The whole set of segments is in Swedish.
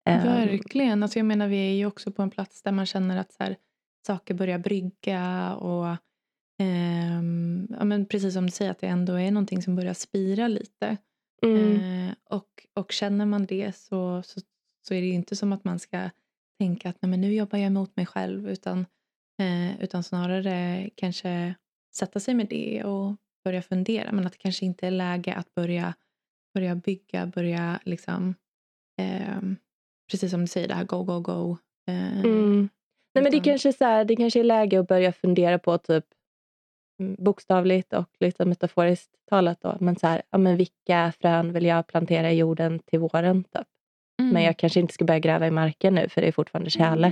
Verkligen. Alltså jag menar, vi är ju också på en plats där man känner att så här, saker börjar brygga och ja, men precis som du säger, att det ändå är någonting som börjar spira lite. Och känner man det så är det ju inte som att man ska tänka att nej, men nu jobbar jag emot mig själv, utan snarare kanske sätta sig med det och börja fundera, men att det kanske inte är läge att börja bygga, börja liksom precis som du säger, det här go, go, go. Nej, men det kanske så här, det kanske är läge att börja fundera på typ bokstavligt och lite metaforiskt talat då, men så här, ja, men vilka frön vill jag plantera i jorden till våren typ. Men jag kanske inte ska börja gräva i marken nu, för det är fortfarande tjäle.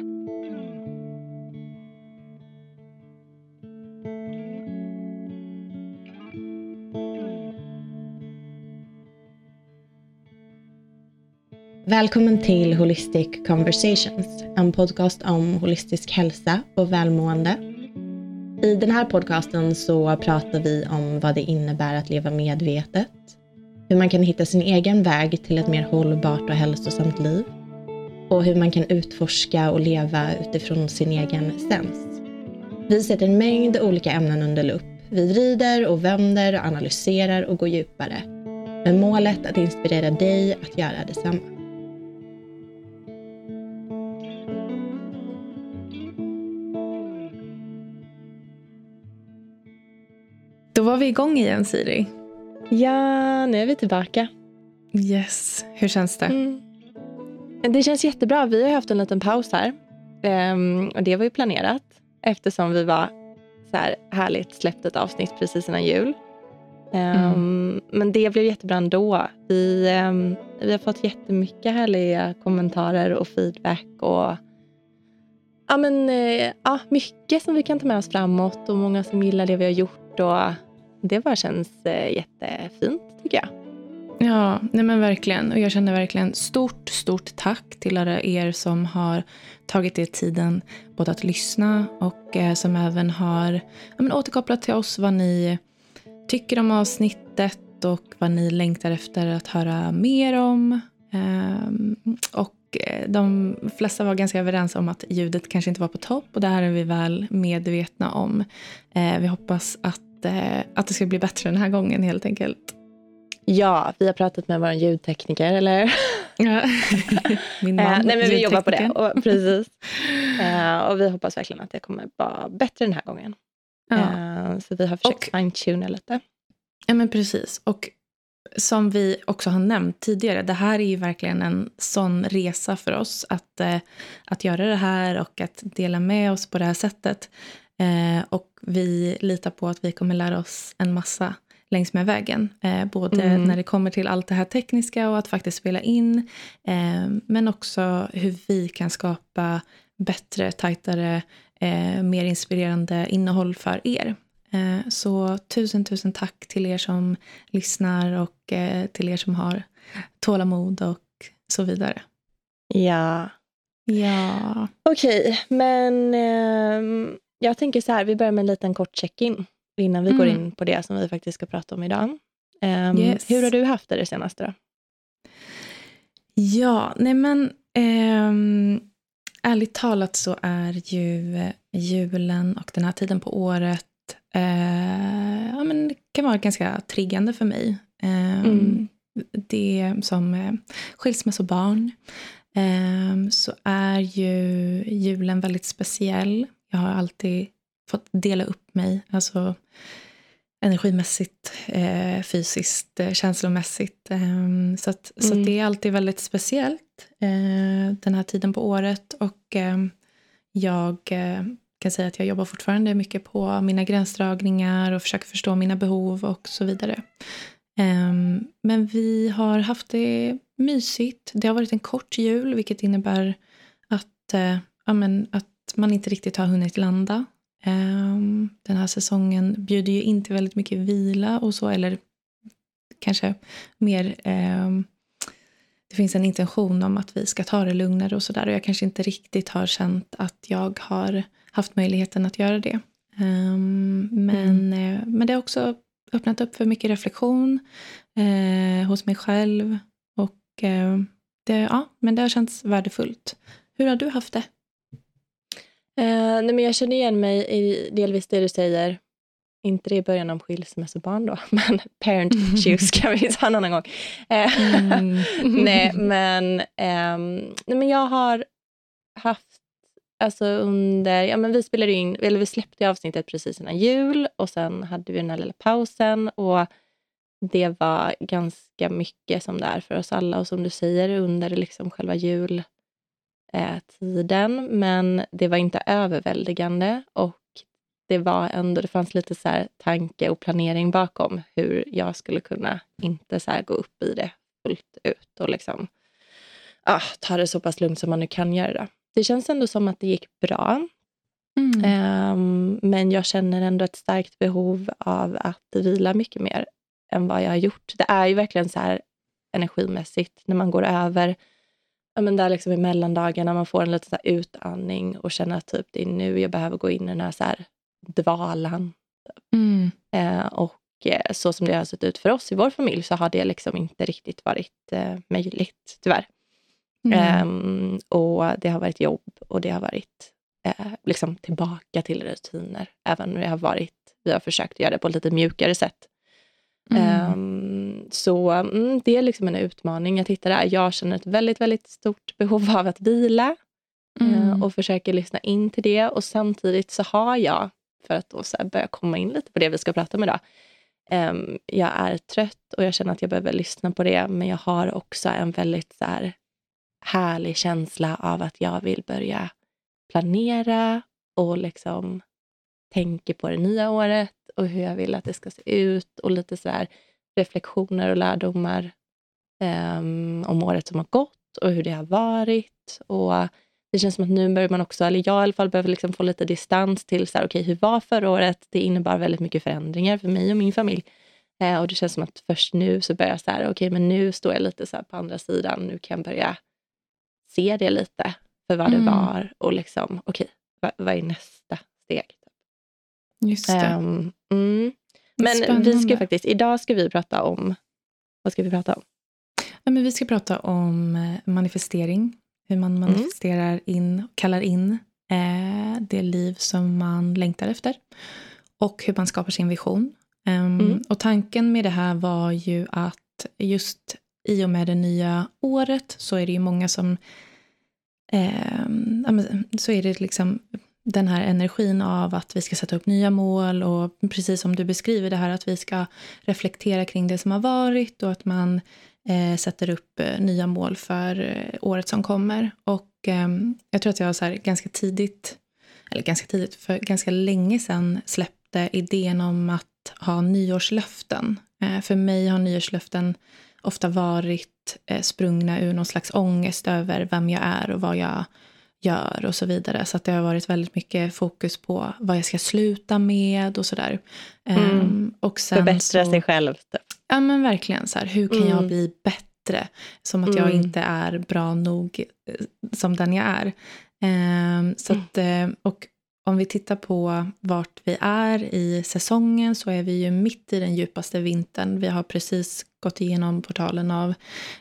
Välkommen till Holistic Conversations, en podcast om holistisk hälsa och välmående. I den här podcasten så pratar vi om vad det innebär att leva medvetet, hur man kan hitta sin egen väg till ett mer hållbart och hälsosamt liv och hur man kan utforska och leva utifrån sin egen essens. Vi sätter en mängd olika ämnen under lupp. Vi vrider och vänder och analyserar och går djupare, med målet att inspirera dig att göra detsamma. Då var vi igång igen, Siri. Ja, nu är vi tillbaka. Yes, hur känns det? Det känns jättebra. Vi har haft en liten paus här. Och det var ju planerat. Eftersom vi var så här härligt släppt ett avsnitt precis innan jul. Men det blev jättebra ändå. Vi har fått jättemycket härliga kommentarer och feedback. Och mycket som vi kan ta med oss framåt. Och många som gillar det vi har gjort. Och det bara känns jättefint, tycker jag. Ja, nej men verkligen. Och jag känner verkligen stort tack till alla er som har tagit er tiden både att lyssna och som även har återkopplat till oss vad ni tycker om avsnittet och vad ni längtar efter att höra mer om. Och de flesta var ganska överens om att ljudet kanske inte var på topp, och det här är vi väl medvetna om. Vi hoppas att det ska bli bättre den här gången helt enkelt. Ja, vi har pratat med vår ljudtekniker, eller? Ja. Min man, nej, men vi jobbar på det. Och, precis. Och vi hoppas verkligen att det kommer vara bättre den här gången. Ja. Så vi har försökt fine-tuna lite. Ja, men precis. Och som vi också har nämnt tidigare, det här är ju verkligen en sån resa för oss att göra det här och att dela med oss på det här sättet. Och vi litar på att vi kommer lära oss en massa längs med vägen. Både när det kommer till allt det här tekniska och att faktiskt spela in. Men också hur vi kan skapa bättre, tajtare, mer inspirerande innehåll för er. Så tusen tack till er som lyssnar och till er som har tålamod och så vidare. Ja. Okej, men jag tänker så här, vi börjar med en liten kort check-in innan vi går in på det som vi faktiskt ska prata om idag. Yes. Hur har du haft det senaste då? Ja, nej men ärligt talat så är ju julen och den här tiden på året men det kan vara ganska triggande för mig. Det som skilsmässobarn så är ju julen väldigt speciell. Jag har alltid fått dela upp mig, alltså energimässigt, fysiskt, känslomässigt. Så att det är alltid väldigt speciellt den här tiden på året. Och jag kan säga att jag jobbar fortfarande mycket på mina gränsdragningar och försöker förstå mina behov och så vidare. Men vi har haft det mysigt. Det har varit en kort jul, vilket innebär att man inte riktigt har hunnit landa. Den här säsongen bjuder ju inte väldigt mycket vila och så, eller kanske mer det finns en intention om att vi ska ta det lugnare och sådär, och jag kanske inte riktigt har känt att jag har haft möjligheten att göra det. Men det har också öppnat upp för mycket reflektion hos mig själv, och Men det har känts värdefullt. Hur har du haft det? Nej, men jag känner igen mig i delvis det du säger. Inte det i början om skilsmässobarn då, men parent issues kan vi ta en annan gång. Nej, men jag har haft, alltså vi spelade in, eller vi släppte avsnittet precis innan jul och sen hade vi den här lilla pausen och det var ganska mycket som det är för oss alla och som du säger under liksom själva jultiden, men det var inte överväldigande och det fanns lite så här tanke och planering bakom hur jag skulle kunna inte så här gå upp i det fullt ut och liksom ta det så pass lugnt som man nu kan göra det. Det känns ändå som att det gick bra. Men jag känner ändå ett starkt behov av att vila mycket mer än vad jag har gjort. Det är ju verkligen så här energimässigt när man går över där liksom i mellandagarna man får en liten så här utandning och känner att typ det är nu jag behöver gå in i den här så här dvalan. Och så som det har sett ut för oss i vår familj så har det liksom inte riktigt varit möjligt tyvärr. Och det har varit jobb och det har varit liksom tillbaka till rutiner även när vi har försökt göra det på ett lite mjukare sätt. Så det är liksom en utmaning att hitta där. Jag känner ett väldigt, väldigt stort behov av att vila och försöker lyssna in till det och samtidigt så har jag, för att då så här börja komma in lite på det vi ska prata om idag, jag är trött och jag känner att jag behöver lyssna på det, men jag har också en väldigt så här härlig känsla av att jag vill börja planera och liksom tänka på det nya året och hur jag vill att det ska se ut och lite så här reflektioner och lärdomar om året som har gått och hur det har varit. Och det känns som att nu börjar man också, eller jag i alla fall behöver liksom få lite distans till så här, okej, hur var förra året? Det innebar väldigt mycket förändringar för mig och min familj. Och det känns som att först nu så börjar jag så här, okej, men nu står jag lite så här på andra sidan. Nu kan jag börja se det lite för vad det var och liksom, okej, vad är nästa steg? Just det. Men Spännande. idag ska vi prata om, vad ska vi prata om? Ja, men vi ska prata om manifestering. Hur man manifesterar kallar in det liv som man längtar efter. Och hur man skapar sin vision. Och tanken med det här var ju att just i och med det nya året så är det ju många som så är det liksom den här energin av att vi ska sätta upp nya mål och precis som du beskriver det här att vi ska reflektera kring det som har varit och att man sätter upp nya mål för året som kommer. Och jag tror att jag så här för ganska länge sedan släppte idén om att ha nyårslöften. För mig har nyårslöften ofta varit sprungna ur någon slags ångest över vem jag är och vad jag gör och så vidare. Så att det har varit väldigt mycket fokus på vad jag ska sluta med och sådär. Och sen förbättra sig själv. Ja men verkligen så här, hur kan jag bli bättre? Som att jag inte är bra nog som den jag är. Så att, och om vi tittar på vart vi är i säsongen så är vi ju mitt i den djupaste vintern. Vi har precis gått igenom portalen av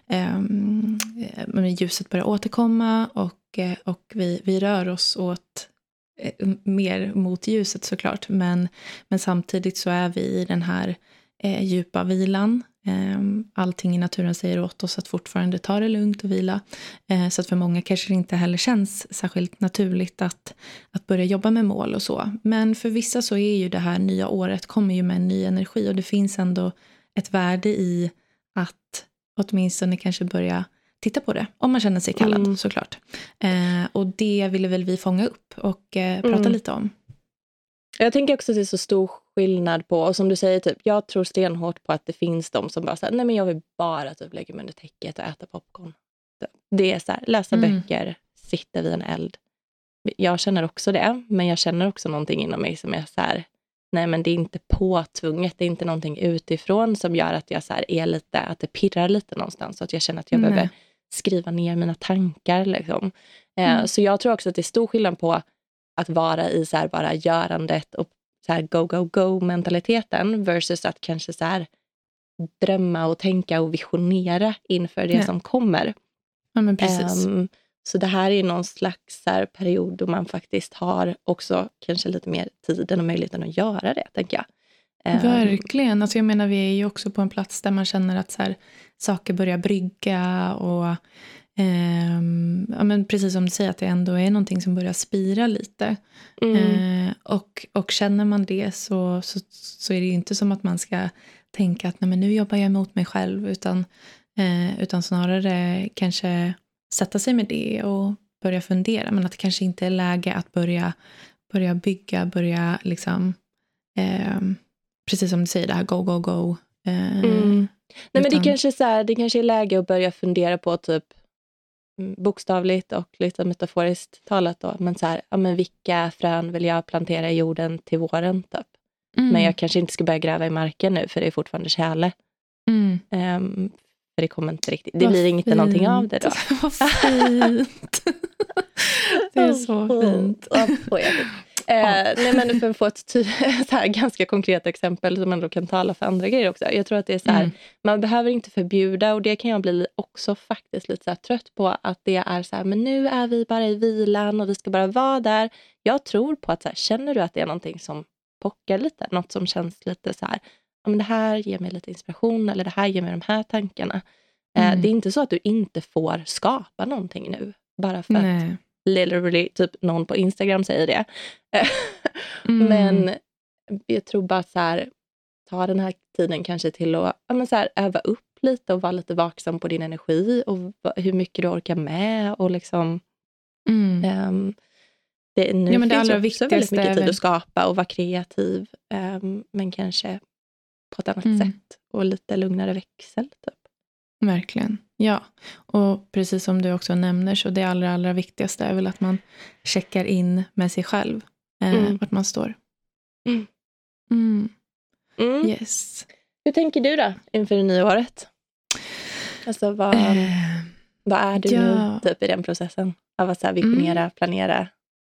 ljuset börjar återkomma och vi rör oss åt mer mot ljuset såklart. Men samtidigt så är vi i den här djupa vilan. Allting i naturen säger åt oss att fortfarande ta det lugnt och vila. Så att för många kanske det inte heller känns särskilt naturligt att börja jobba med mål och så. Men för vissa så är ju det här nya året kommer ju med en ny energi och det finns ändå ett värde i att åtminstone kanske börja titta på det. Om man känner sig kallad såklart. Och det ville väl vi fånga upp och prata lite om. Jag tänker också att det är så stor skillnad på, och som du säger, typ, jag tror stenhårt på att det finns de som bara säger, nej men jag vill bara typ lägga mig under täcket och äta popcorn. Det är så här, läsa böcker, sitta vid en eld. Jag känner också det, men jag känner också någonting inom mig som är så här, nej men det är inte påtvunget, det är inte någonting utifrån som gör att jag så här är lite, att det pirrar lite någonstans, så att jag känner att jag behöver skriva ner mina tankar liksom. Så jag tror också att det är stor skillnad på att vara i så här bara görandet och så här go mentaliteten versus att kanske så här drömma och tänka och visionera inför det som kommer. Ja, men precis. Så det här är någon slags här period då man faktiskt har också kanske lite mer tiden och möjligheten att göra det, tänker jag. Verkligen. Alltså jag menar, vi är ju också på en plats där man känner att så här, saker börjar brygga och ja, men precis som du säger, att det ändå är någonting som börjar spira lite. Och känner man det så är det ju inte som att man ska tänka att nej, men nu jobbar jag emot mig själv, utan snarare kanske sätta sig med det och börja fundera, men att det kanske inte är läge att börja bygga, börja liksom precis som du säger, det här go. Nej, men det kanske så här, det kanske är läge att börja fundera på typ bokstavligt och lite metaforiskt talat då, men så här, ja, men vilka frön vill jag plantera i jorden till våren typ. Men jag kanske inte ska börja gräva i marken nu, för det är fortfarande tjäle. För det kommer inte riktigt, det blir inte någonting av det då. Vad fint. Det är så fint. Nej, men för att få ett så här ganska konkret exempel som ändå kan tala för andra grejer också. Jag tror att det är så här, man behöver inte förbjuda, och det kan jag bli också faktiskt lite så här trött på, att det är så här, men nu är vi bara i vilan och vi ska bara vara där. Jag tror på att så här, känner du att det är någonting som pockar lite, något som känns lite så här, ja, men det här ger mig lite inspiration, eller det här ger mig de här tankarna. Det är inte så att du inte får skapa någonting nu, bara för att literally typ någon på Instagram säger det. Men jag tror bara så här, ta den här tiden kanske till att så här, öva upp lite och vara lite vaksam på din energi och hur mycket du orkar med, och liksom det allra finns också viktigaste väldigt mycket tid att skapa och vara kreativ, men kanske på ett annat sätt och lite lugnare växel typ. Verkligen, ja. Och precis som du också nämner, så det allra viktigaste är väl att man checkar in med sig själv, vart man står. Yes. Hur tänker du då inför det nya året? Alltså vad är du nu typ i den processen av att så här visionera, planera?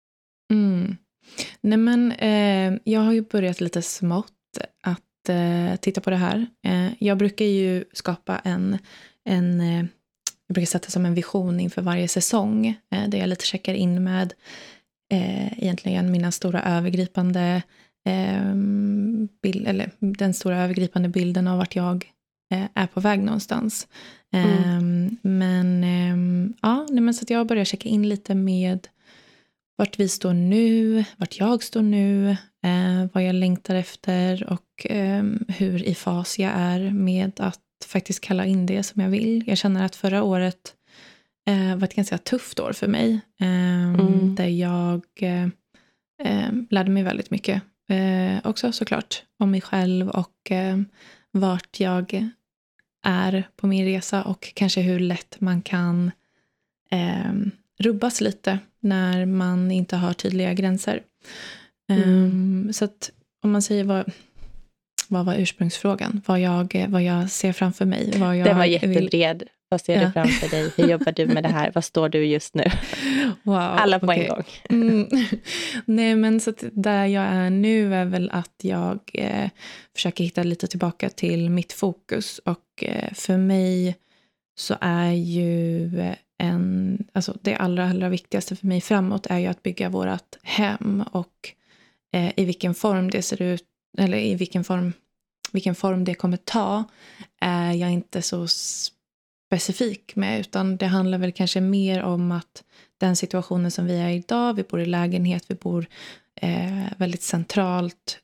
Nej, men jag har ju börjat lite smått att titta på det här. Jag brukar ju skapa jag brukar sätta som en vision inför varje säsong, där jag lite checkar in med egentligen mina stora övergripande eller den stora övergripande bilden av vart jag är på väg någonstans. Men så att jag börjar checka in lite med vart vi står nu, vart jag står nu, vad jag längtar efter, och hur i fas jag är med att faktiskt kalla in det som jag vill. Jag känner att förra året var ett ganska tufft år för mig, där jag lärde mig väldigt mycket också såklart om mig själv och vart jag är på min resa, och kanske hur lätt man kan rubbas lite när man inte har tydliga gränser. Så att om man säger vad var ursprungsfrågan? Vad jag ser framför mig. Den var jättebred. Vad ser du framför dig? Hur jobbar du med det här? Vad står du just nu? Wow, alla på en gång. Nej, men så att där jag är nu är väl att jag försöker hitta lite tillbaka till mitt fokus. Och för mig så är ju alltså det allra viktigaste för mig framåt är ju att bygga vårat hem, och i vilken form det ser ut, eller i vilken form det kommer ta, är jag inte så specifik med, utan det handlar väl kanske mer om att den situationen som vi är i idag, vi bor i lägenhet, vi bor väldigt centralt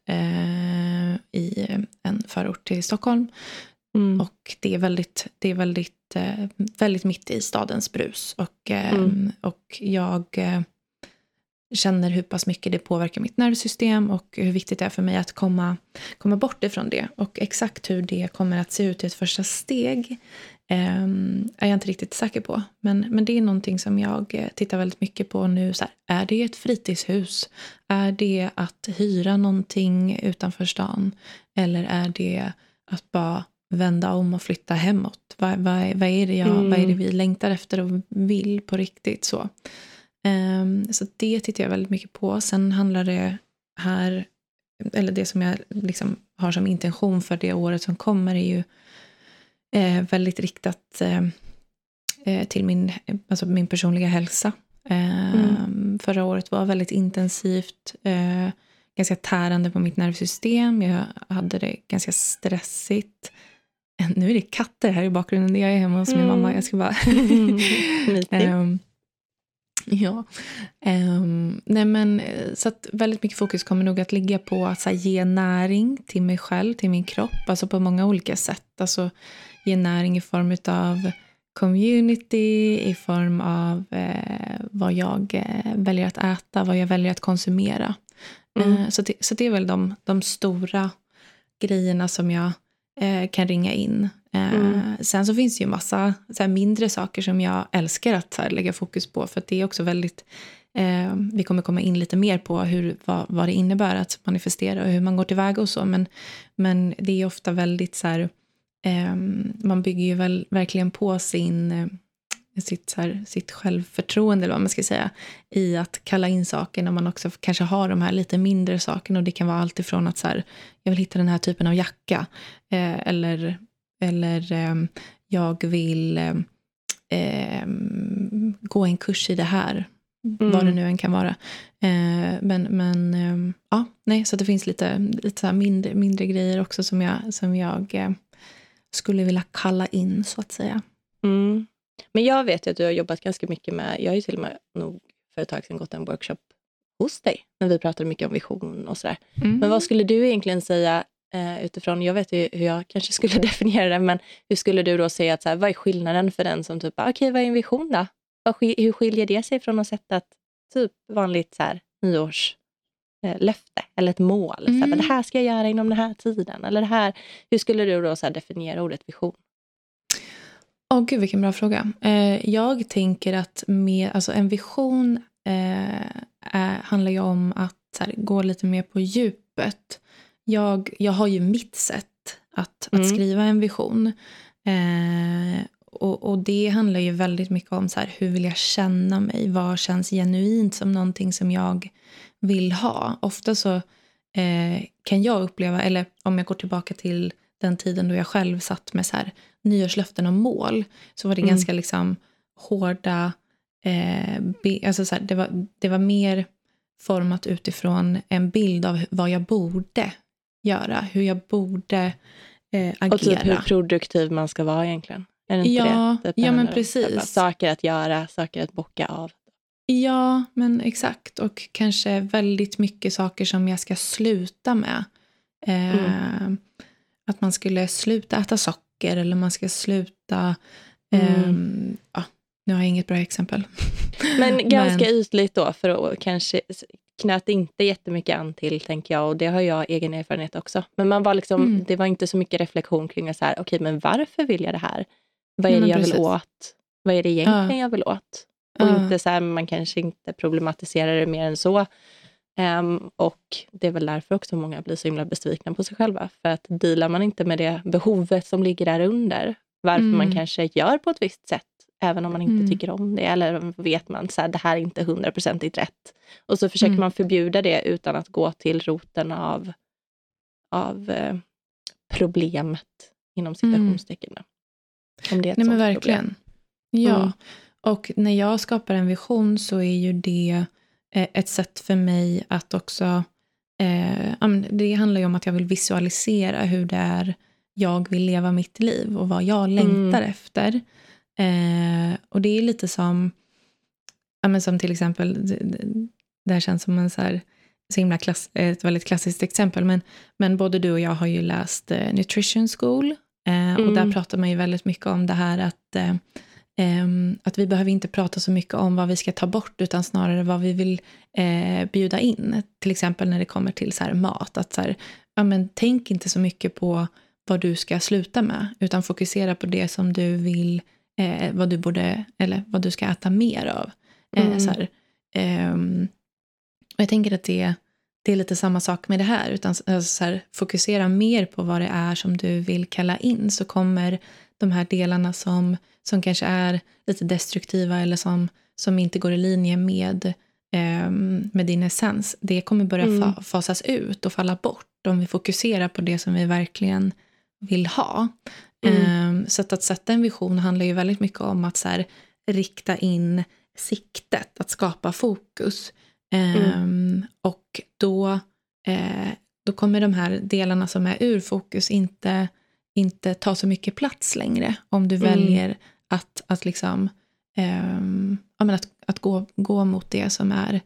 i en förort till Stockholm, och det är väldigt mitt i stadens brus, och jag känner hur pass mycket det påverkar mitt nervsystem och hur viktigt det är för mig att komma bort ifrån det. Och exakt hur det kommer att se ut i ett första steg är jag inte riktigt säker på. Men det är någonting som jag tittar väldigt mycket på nu. Så här, är det ett fritidshus? Är det att hyra någonting utanför stan? Eller är det att bara vända om och flytta hemåt? Vad är det vi längtar efter och vill på riktigt så? Så det tittar jag väldigt mycket på. Sen handlar det här, eller det som jag liksom har som intention för det året som kommer, är ju väldigt riktat till min personliga hälsa. Förra året var väldigt intensivt, ganska tärande på mitt nervsystem. Jag hade det ganska stressigt. Nu är det katter här i bakgrunden. Jag är hemma hos min mamma. Jag ska bara... Ja. Nej men, så att väldigt mycket fokus kommer nog att ligga på att så här, ge näring till mig själv, till min kropp. Alltså på många olika sätt. Alltså ge näring i form av community, i form av vad jag väljer att äta, vad jag väljer att konsumera. Så det är väl de stora grejerna som jag kan ringa in. Sen så finns det ju massa så här mindre saker som jag älskar att så här, lägga fokus på, för att det är också väldigt vi kommer komma in lite mer på vad det innebär att manifestera och hur man går tillväga och så, men det är ofta väldigt så här, man bygger ju väl verkligen på sitt självförtroende, eller vad man ska säga, i att kalla in saker när man också kanske har de här lite mindre sakerna, och det kan vara allt ifrån att så här, jag vill hitta den här typen av jacka, eller jag vill gå en kurs i det här, vad det nu än kan vara. Så det finns lite så här mindre grejer också som jag skulle vilja kalla in, så att säga. Men jag vet ju att du har jobbat ganska mycket med, jag har ju till och med nog för ett tag sedan gått en workshop hos dig när vi pratade mycket om vision och sådär. Men vad skulle du egentligen säga utifrån, jag vet ju hur jag kanske skulle definiera det, men hur skulle du då säga att så här, vad är skillnaden för den som typ, okej, vad är en vision då? Hur skiljer det sig från att sätta ett typ vanligt så här nyårslöfte eller ett mål? Så här, men det här ska jag göra inom den här tiden, eller det här. Hur skulle du då så här definiera ordet vision? Gud, vilken bra fråga. Jag tänker att en vision handlar ju om att så här, gå lite mer på djupet. Jag har ju mitt sätt att skriva en vision. Och det handlar ju väldigt mycket om så här, hur vill jag känna mig? Vad känns genuint som någonting som jag vill ha? Ofta så kan jag uppleva, eller om jag går tillbaka till den tiden då jag själv satt med så här nyårslöften och mål, så var det ganska liksom hårda, alltså så här, det var mer format utifrån en bild av vad jag borde göra, hur jag borde agera. Och typ hur produktiv man ska vara egentligen. Är det inte det? Ja, men precis. Saker att göra, saker att bocka av. Ja, men exakt. Och kanske väldigt mycket saker som jag ska sluta med. Att man skulle sluta äta socker, eller man ska sluta... nu har jag inget bra exempel. Men ganska ytligt då, för att kanske knöt inte jättemycket an till, tänker jag, och det har jag egen erfarenhet också. Men man var liksom, det var inte så mycket reflektion kring så här, okej, men varför vill jag det här? Vad är det jag vill åt? Vad är det egentligen jag vill åt? Och inte så här, man kanske inte problematiserar det mer än så. Och det är väl därför också många blir så himla besvikna på sig själva. För att dealar man inte med det behovet som ligger där under, varför man kanske gör på ett visst sätt, även om man inte tycker om det, eller vet man så här, det här är inte 100% rätt. Och så försöker man förbjuda det utan att gå till roten av problemet inom citationstecken. Om det är ett men verkligen. Problem. Ja, och när jag skapar en vision så är ju det ett sätt för mig att också, det handlar ju om att jag vill visualisera hur det är jag vill leva mitt liv och vad jag längtar efter. Och det är lite som till exempel, det här känns som en så här, så himla ett väldigt klassiskt exempel, men både du och jag har ju läst Nutrition School, och där pratar man ju väldigt mycket om det här att vi behöver inte prata så mycket om vad vi ska ta bort, utan snarare vad vi vill bjuda in. Till exempel när det kommer till så här mat, att så här, tänk inte så mycket på vad du ska sluta med, utan fokusera på det som du vill, vad du borde, eller vad du ska äta mer av. Så här, och jag tänker att det är lite samma sak med det här, utan så här, fokusera mer på vad det är som du vill kalla in, så kommer de här delarna som kanske är lite destruktiva, eller som inte går i linje med din essens, det kommer börja fasas ut och falla bort om vi fokuserar på det som vi verkligen vill ha. Så att sätta en vision handlar ju väldigt mycket om att så här, rikta in siktet, att skapa fokus. Och då kommer de här delarna som är ur fokus inte ta så mycket plats längre. Om du väljer att liksom att gå mot det som är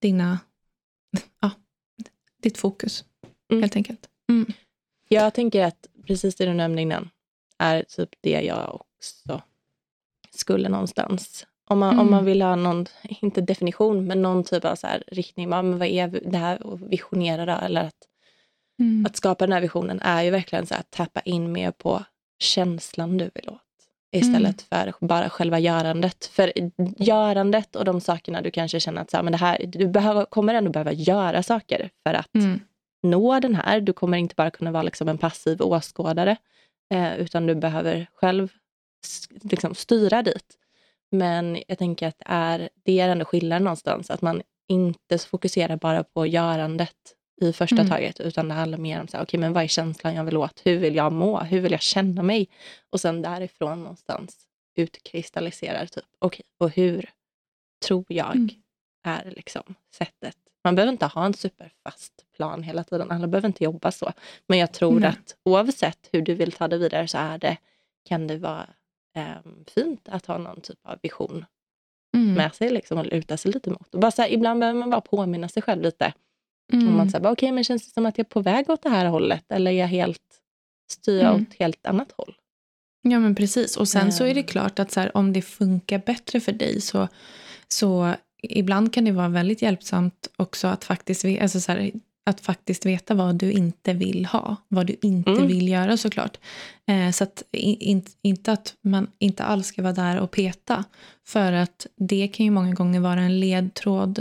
ditt fokus helt enkelt. Jag tänker att precis det du nämnde innan är typ det jag också skulle någonstans. Om man vill ha någon, inte definition, men någon typ av så här riktning. Men vad är det här att visionera då? Eller att skapa den här visionen är ju verkligen så att tappa in mer på känslan du vill åt. Istället för bara själva görandet. För görandet och de sakerna du kanske känner att så här, men det här, du kommer ändå behöva göra saker för att nå den här. Du kommer inte bara kunna vara liksom en passiv åskådare. Utan du behöver själv liksom styra dit. Men jag tänker att det är ändå skillnad någonstans. Att man inte fokuserar bara på görandet i första taget. Utan det handlar mer om så här, okej, men vad är känslan jag vill åt? Hur vill jag må? Hur vill jag känna mig? Och sen därifrån någonstans utkristalliserar typ. Okej, och hur tror jag är liksom sättet. Man behöver inte ha en superfast plan hela tiden. Alla behöver inte jobba så. Men jag tror att oavsett hur du vill ta det vidare så kan det vara fint att ha någon typ av vision med sig liksom, och luta sig lite mot. Och bara så här, ibland behöver man bara påminna sig själv lite. Om man säger, okej, men känns det som att jag är på väg åt det här hållet? Eller är jag helt styr åt helt annat håll? Ja, men precis. Och sen så är det klart att så här, om det funkar bättre för dig så ibland kan det vara väldigt hjälpsamt också att faktiskt, alltså så här, att faktiskt veta vad du inte vill ha. Vad du inte vill göra såklart. Så att inte att man inte alls ska vara där och peta. För att det kan ju många gånger vara en ledtråd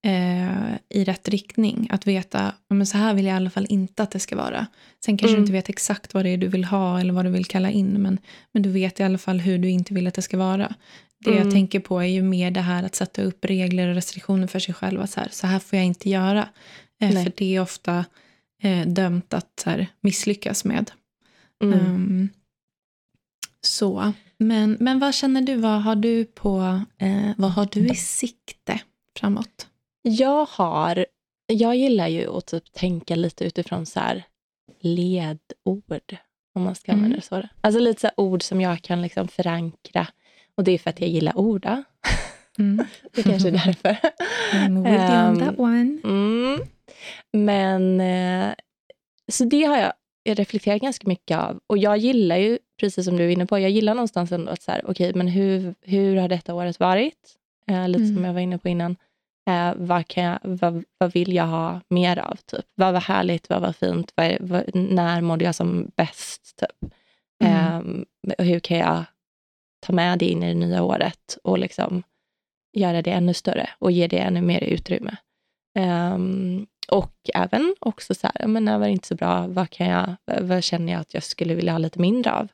i rätt riktning. Att veta, men så här vill jag i alla fall inte att det ska vara. Sen kanske du inte vet exakt vad det är du vill ha eller vad du vill kalla in. Men du vet i alla fall hur du inte vill att det ska vara. Det jag tänker på är ju mer det här att sätta upp regler och restriktioner för sig själva. Så här får jag inte göra. För det är ofta dömt att så här, misslyckas med. Så. Men vad känner du? Vad har du i sikte framåt? Jag gillar ju att typ tänka lite utifrån så här ledord. Om man ska använda det så. Alltså lite så här ord som jag kan liksom förankra. Och det är för att jag gillar orda. Det är kanske är därför. I'm with you on that one. Men så det har jag reflekterat ganska mycket av. Och jag gillar ju, precis som du är inne på, jag gillar någonstans ändå att så här, okej, men hur har detta året varit? Lite som jag var inne på innan. Vad vill jag ha mer av? Typ? Vad var härligt? Vad var fint? När mådde jag som bäst? Typ? Hur kan jag ta med det in i det nya året och liksom göra det ännu större och ge det ännu mer utrymme. Och även också så här, men när var det inte så bra, vad känner jag att jag skulle vilja ha lite mindre av?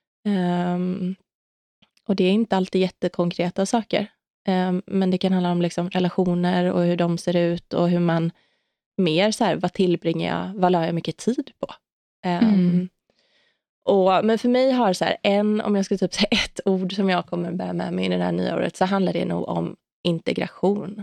Och det är inte alltid jättekonkreta saker. Men det kan handla om liksom relationer och hur de ser ut och hur man mer så här, vad la jag mycket tid på? Men för mig har så här om jag ska typ säga ett ord som jag kommer bära med mig i det här nya året, så handlar det nog om integration.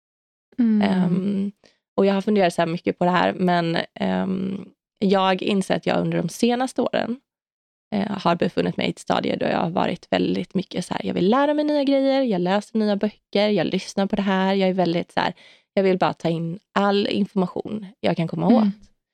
Och jag har funderat så här mycket på det här, men jag inser att jag under de senaste åren har befunnit mig i ett stadie då jag har varit väldigt mycket så här, jag vill lära mig nya grejer, jag läser nya böcker, jag lyssnar på det här, jag är väldigt så här, jag vill bara ta in all information jag kan komma åt.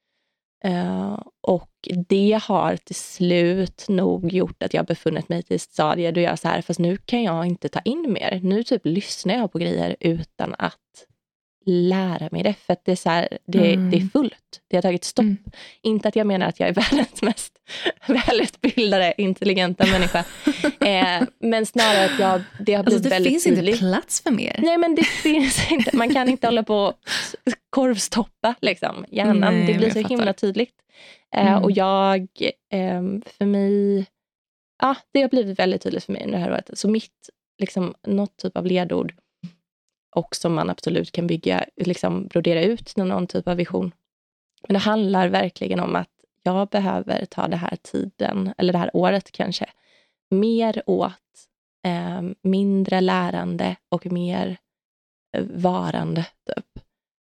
Och det har till slut nog gjort att jag befunnit mig i ett stadie då jag så här, fast nu kan jag inte ta in mer. Nu typ lyssnar jag på grejer utan att lära mig det, för att det är så här, det är fullt. Det har tagit stopp. Inte att jag menar att jag är världens mest välutbildade, intelligenta människa. Men snarare att det har blivit väldigt finns tydligt. Inte plats för mer. Nej, men det finns inte. Man kan inte hålla på och korvstoppa liksom, hjärnan. Nej, det blir så himla tydligt. Och för mig, det har blivit väldigt tydligt för mig under det här året. Så mitt, liksom, något typ av ledord och som man absolut kan bygga, liksom brodera ut någon typ av vision. Men det handlar verkligen om att jag behöver ta det här tiden, eller det här året kanske, mer åt mindre lärande och mer varande typ.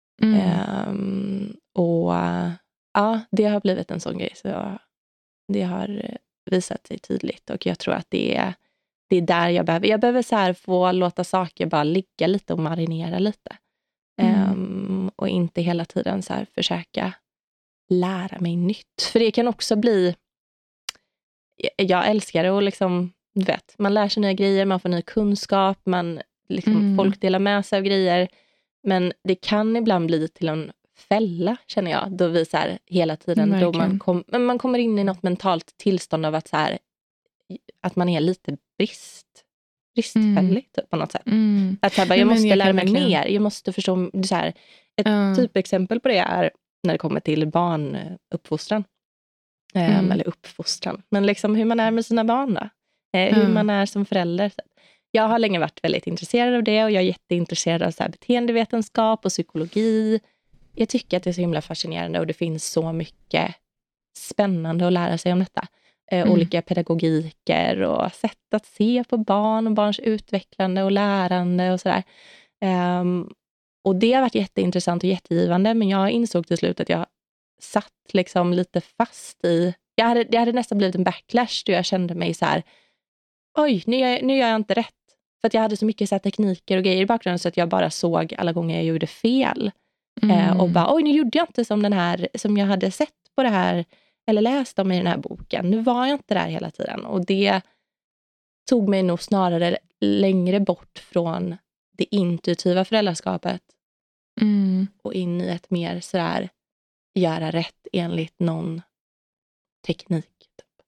Och ja, det har blivit en sån grej. Så det har visat sig tydligt. Och jag tror att det är där jag behöver så här få låta saker bara ligga lite och marinera lite. Och inte hela tiden så här försöka lära mig nytt. För det kan också bli... Jag älskar det och liksom, du vet, man lär sig nya grejer, man får ny kunskap, man liksom, folk delar med sig av grejer. Men det kan ibland bli till en fälla, känner jag, då vi så här hela tiden, då man kommer in i något mentalt tillstånd av att så här, att man är lite bristfällig typ, på något sätt. Att så här, jag måste lära mig mer, jag måste förstå så här, ett typexempel på det är när det kommer till barnuppfostran. Eller uppfostran. Men liksom hur man är med sina barn då. Hur man är som förälder. Jag har länge varit väldigt intresserad av det. Och jag är jätteintresserad av så här beteendevetenskap och psykologi. Jag tycker att det är så himla fascinerande. Och det finns så mycket spännande att lära sig om detta. Olika pedagogiker och sätt att se på barn och barns utvecklande och lärande och sådär. Och det har varit jätteintressant och jättegivande. Men jag insåg till slut att jag satt liksom lite fast i... Det hade nästan blivit en backlash då jag kände mig så här: oj, nu gör jag inte rätt. För att jag hade så mycket så här tekniker och grejer i bakgrunden så att jag bara såg alla gånger jag gjorde fel. Och bara, oj, nu gjorde jag inte som den här, som jag hade sett på det här eller läst om i den här boken. Nu var jag inte där hela tiden. Och det tog mig nog snarare längre bort från det intuitiva föräldraskapet och in i ett mer så här göra rätt enligt någon teknik. Typ.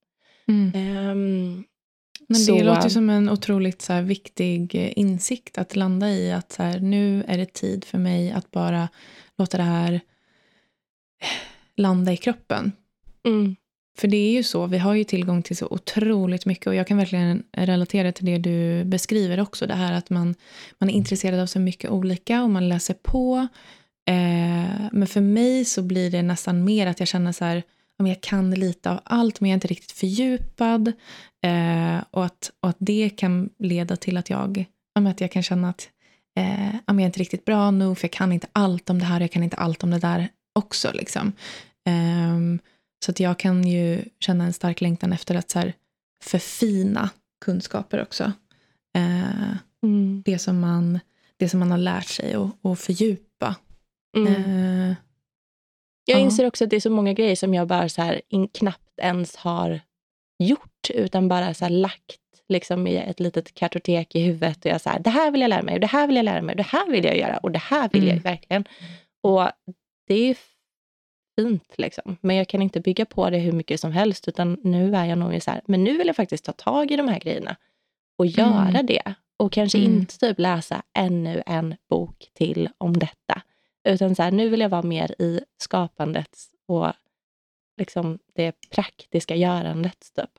Men det låter som en otroligt så här viktig insikt att landa i, att så här, nu är det tid för mig att bara låta det här landa i kroppen. För det är ju så, vi har ju tillgång till så otroligt mycket, och jag kan verkligen relatera till det du beskriver också, det här att man är intresserad av så mycket olika och man läser på. Men för mig så blir det nästan mer att jag känner så här, jag kan lite av allt men jag är inte riktigt fördjupad, och att det kan leda till att jag kan känna att jag är inte riktigt bra nog, för jag kan inte allt om det här, jag kan inte allt om det där också liksom. Så att jag kan ju känna en stark längtan efter att så här förfina kunskaper också. Det som man har lärt sig och fördjupa. Jag inser också att det är så många grejer som jag bara så här knappt ens har gjort, utan bara så här lagt liksom i ett litet kartotek i huvudet, och jag så här, det här vill jag lära mig, och det här vill jag lära mig, och det här vill jag göra, och det här vill jag verkligen. Och det är fint liksom, men jag kan inte bygga på det hur mycket som helst, utan nu är jag nog så här, men nu vill jag faktiskt ta tag i de här grejerna och göra det, och kanske inte typ läsa ännu en bok till om detta. Utan så här, nu vill jag vara mer i skapandet och liksom det praktiska görandet typ.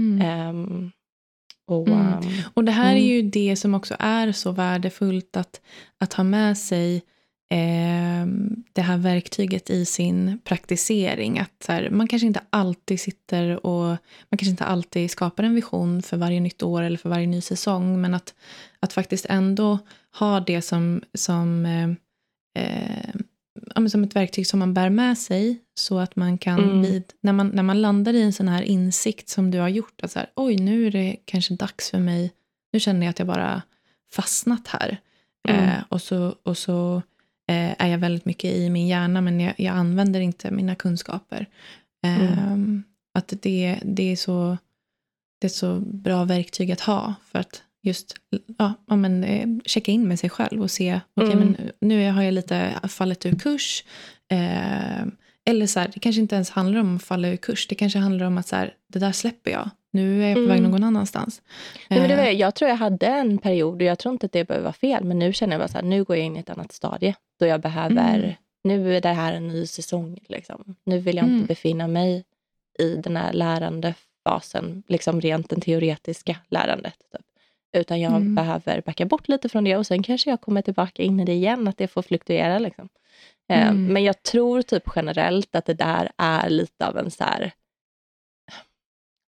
Och det här är ju det som också är så värdefullt att ha med sig, det här verktyget i sin praktisering. Att så här, man kanske inte alltid sitter och man kanske inte alltid skapar en vision för varje nytt år eller för varje ny säsong, men att faktiskt ändå ha det som ett verktyg som man bär med sig, så att man kan när man landar i en sån här insikt som du har gjort, att så här, oj, nu är det kanske dags för mig, nu känner jag att jag bara fastnat här, och så är jag väldigt mycket i min hjärna, men jag använder inte mina kunskaper. Att det är så bra verktyg att ha, för att just checka in med sig själv och se, men nu har jag lite fallit ur kurs, eller så här, det kanske inte ens handlar om att falla ur kurs, det kanske handlar om att så här, det där släpper jag, nu är jag på väg någon annanstans. Nej, men jag tror jag hade en period, och jag tror inte att det behöver vara fel, men nu känner jag bara så här, nu går jag in i ett annat stadie då jag behöver, nu är det här en ny säsong liksom. Nu vill jag inte befinna mig i den här lärandefasen, liksom rent den teoretiska lärandet typ. Utan jag behöver backa bort lite från det, och sen kanske jag kommer tillbaka in i det igen, att det får fluktuera liksom. Men jag tror typ generellt att det där är lite av en så här,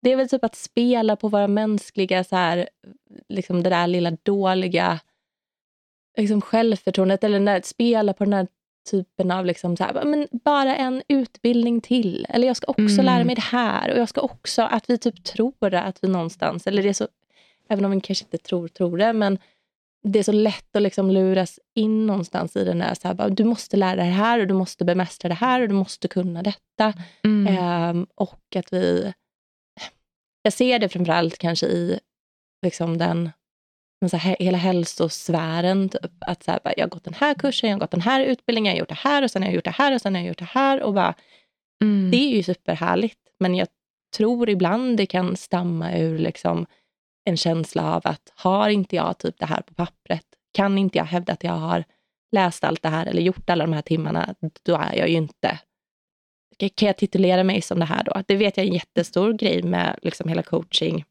det är väl typ att spela på våra mänskliga så här, liksom det där lilla dåliga liksom självförtroendet, eller spela på den här typen av liksom så här, men bara en utbildning till, eller jag ska också lära mig det här, och jag ska också, att vi typ tror att vi någonstans, eller det är så, även om vi kanske inte tror det, men det är så lätt att liksom luras in någonstans i den där så här, bara, du måste lära dig det här, och du måste bemästra det här, och du måste kunna detta. Och att jag ser det framförallt kanske i liksom den så här, hela hälsosfären, typ, att så här, bara, jag har gått den här kursen, jag har gått den här utbildningen, jag har gjort det här, och sen har jag gjort det här, och sen har jag gjort det här, och bara, det är ju superhärligt, men jag tror ibland det kan stamma ur liksom en känsla av att har inte jag typ det här på pappret, kan inte jag hävda att jag har läst allt det här eller gjort alla de här timmarna, då är jag ju inte, kan jag titulera mig som det här då? Det vet jag är en jättestor grej med liksom hela coaching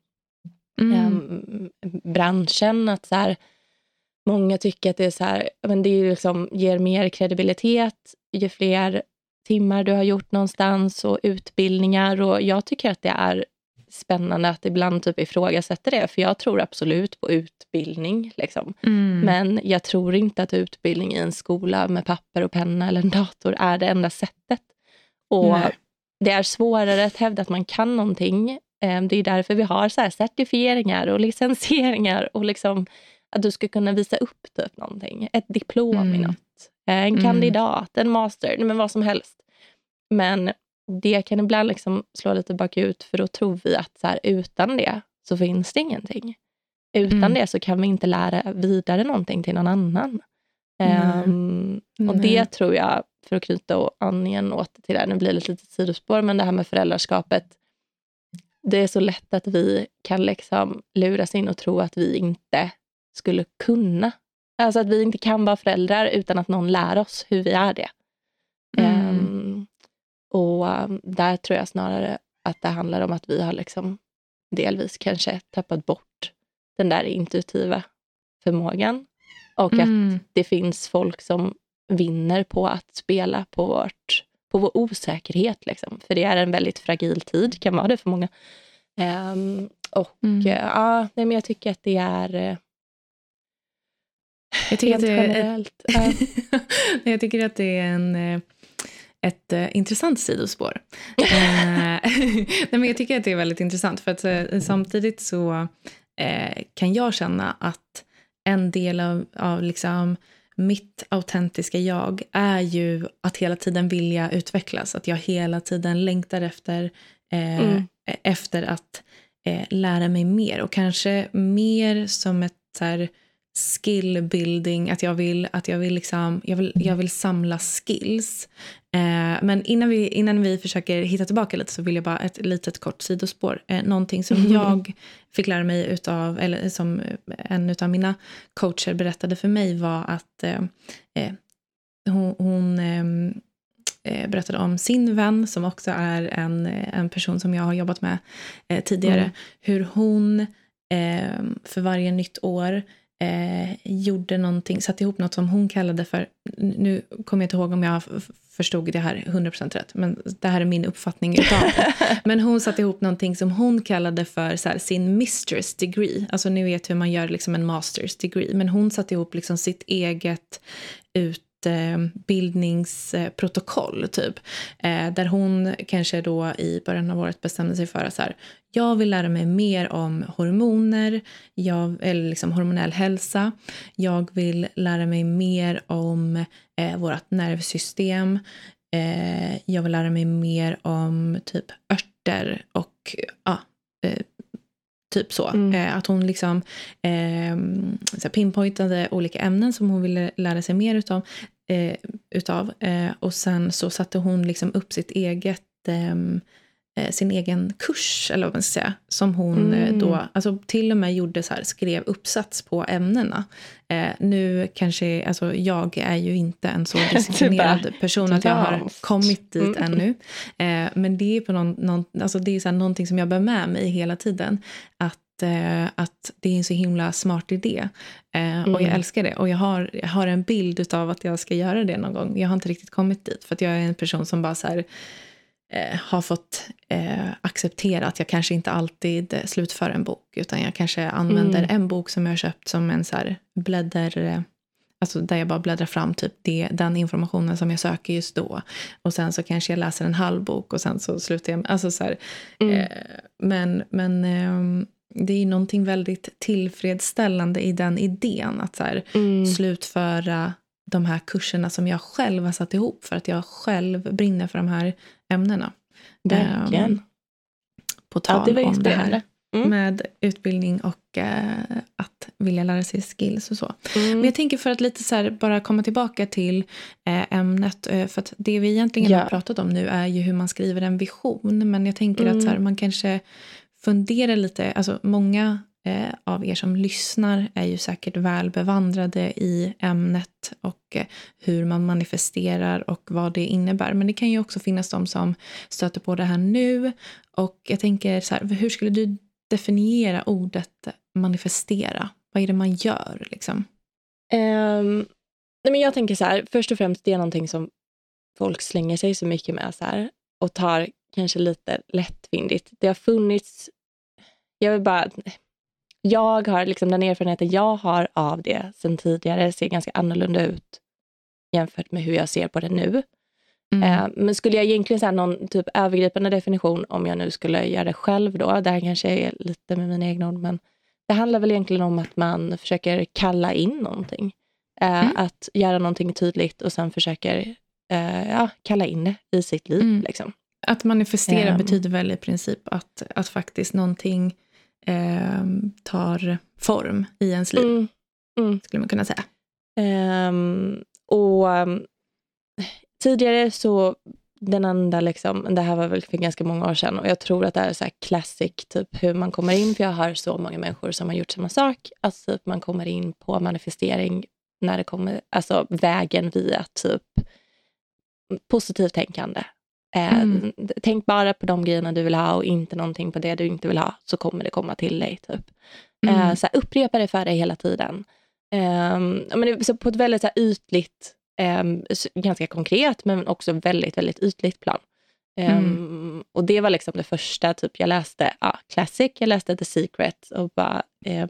branschen, att så här, många tycker att det är så här, men det är liksom, ger mer kredibilitet ju fler timmar du har gjort någonstans och utbildningar, och jag tycker att det är spännande att ibland typ ifrågasätta det, för jag tror absolut på utbildning liksom. Men jag tror inte att utbildning i en skola med papper och penna eller en dator är det enda sättet, och det är svårare att hävda att man kan någonting. Det är därför vi har så här certifieringar och licensieringar, och liksom att du ska kunna visa upp typ någonting, ett diplom i något, en kandidat, en master, men vad som helst. Men det kan ibland liksom slå lite bakut, för då tror vi att så här, utan det så finns det ingenting. Utan det så kan vi inte lära vidare någonting till någon annan. Och det tror jag, för att knyta an igen åt till det här, nu blir det ett litet sidospår, men det här med föräldraskapet, det är så lätt att vi kan liksom luras in och tro att vi inte skulle kunna. Alltså att vi inte kan vara föräldrar utan att någon lär oss hur vi är det. Och där tror jag snarare att det handlar om att vi har liksom delvis kanske tappat bort den där intuitiva förmågan. Och att det finns folk som vinner på att spela på vår osäkerhet liksom. För det är en väldigt fragil tid, kan vara det för många. Men jag tycker att det är jag tycker helt generellt. Jag tycker att det är ett intressant sidospår. Nej, men jag tycker att det är väldigt intressant, för att samtidigt så kan jag känna att en del av liksom mitt autentiska jag är ju att hela tiden vilja utvecklas, att jag hela tiden längtar efter att lära mig mer, och kanske mer som ett så här skill building, att jag vill samla skills. Men innan vi försöker hitta tillbaka lite, så vill jag bara ett litet kort sidospår. Någonting som jag fick lära mig utav, eller som en utav mina coacher berättade för mig, var att hon berättade om sin vän, som också är en person som jag har jobbat med tidigare, hur hon för varje nytt år gjorde någonting, satte ihop något som hon kallade för, nu kommer jag inte ihåg om jag förstod det här 100% rätt, men det här är min uppfattning utav det. Men hon satte ihop någonting som hon kallade för så här, sin Mistress degree. Alltså ni vet hur man gör liksom en Masters degree, men hon satte ihop liksom sitt eget utbildningsprotokoll typ, där hon kanske då i början av året bestämde sig för att så här, jag vill lära mig mer om hormoner, eller liksom hormonell hälsa, jag vill lära mig mer om vårt nervsystem, jag vill lära mig mer om typ örter och typ så. Att hon liksom så pinpointade olika ämnen som hon ville lära sig mer utav. Och sen så satte hon liksom upp sin egen kurs, eller vad man ska säga, som hon då, alltså till och med gjorde så här, skrev uppsats på ämnena. Nu kanske, alltså jag är ju inte en så disciplinerad person att jag har kommit dit ännu. Men det är på alltså det är så här någonting som jag bär med mig hela tiden, att det är en så himla smart idé. Och jag älskar det. Och jag har en bild av att jag ska göra det någon gång. Jag har inte riktigt kommit dit, för att jag är en person som bara så här, har fått acceptera att jag kanske inte alltid slutför en bok, utan jag kanske använder en bok som jag har köpt som en så här alltså där jag bara bläddrar fram typ den informationen som jag söker just då, och sen så kanske jag läser en halv bok och sen så slutar jag, alltså så här, men det är någonting väldigt tillfredsställande i den idén att så här, slutföra de här kurserna som jag själv har satt ihop för att jag själv brinner för de här ämnena. Verkligen. På tal det om det här med utbildning och att vilja lära sig skills och så. Men jag tänker för att lite så här bara komma tillbaka till ämnet, för att det vi egentligen har pratat om nu är ju hur man skriver en vision, men jag tänker att så här, man kanske funderar lite, alltså många av er som lyssnar är ju säkert väl bevandrade i ämnet och hur man manifesterar och vad det innebär. Men det kan ju också finnas de som stöter på det här nu. Och jag tänker så här, hur skulle du definiera ordet manifestera? Vad är det man gör liksom? Nej, men jag tänker så här, först och främst det är någonting som folk slänger sig så mycket med så här, och tar kanske lite lättvindigt. Det har funnits, jag har liksom den erfarenheten jag har av det sen tidigare ser ganska annorlunda ut jämfört med hur jag ser på det nu. Men skulle jag egentligen säga någon typ övergripande definition, om jag nu skulle göra det själv då, det här kanske är lite med mina egna ord, men det handlar väl egentligen om att man försöker kalla in någonting. Att göra någonting tydligt och sen försöker kalla in det i sitt liv. Liksom. Att manifestera betyder väl i princip att faktiskt någonting tar form i ens liv, skulle man kunna säga. Tidigare så den enda liksom, det här var väl för ganska många år sedan, och jag tror att det är så här classic typ hur man kommer in, för jag har så många människor som har gjort samma sak, alltså typ man kommer in på manifestering när det kommer, alltså vägen via typ positivt tänkande. Tänk bara på de grejerna du vill ha och inte någonting på det du inte vill ha, så kommer det komma till dig typ. Så här, upprepa det för dig hela tiden. Men det, så på ett väldigt så här ytligt, ganska konkret men också väldigt, väldigt ytligt plan. Och det var liksom det första typ jag läste, classic, jag läste The Secret och bara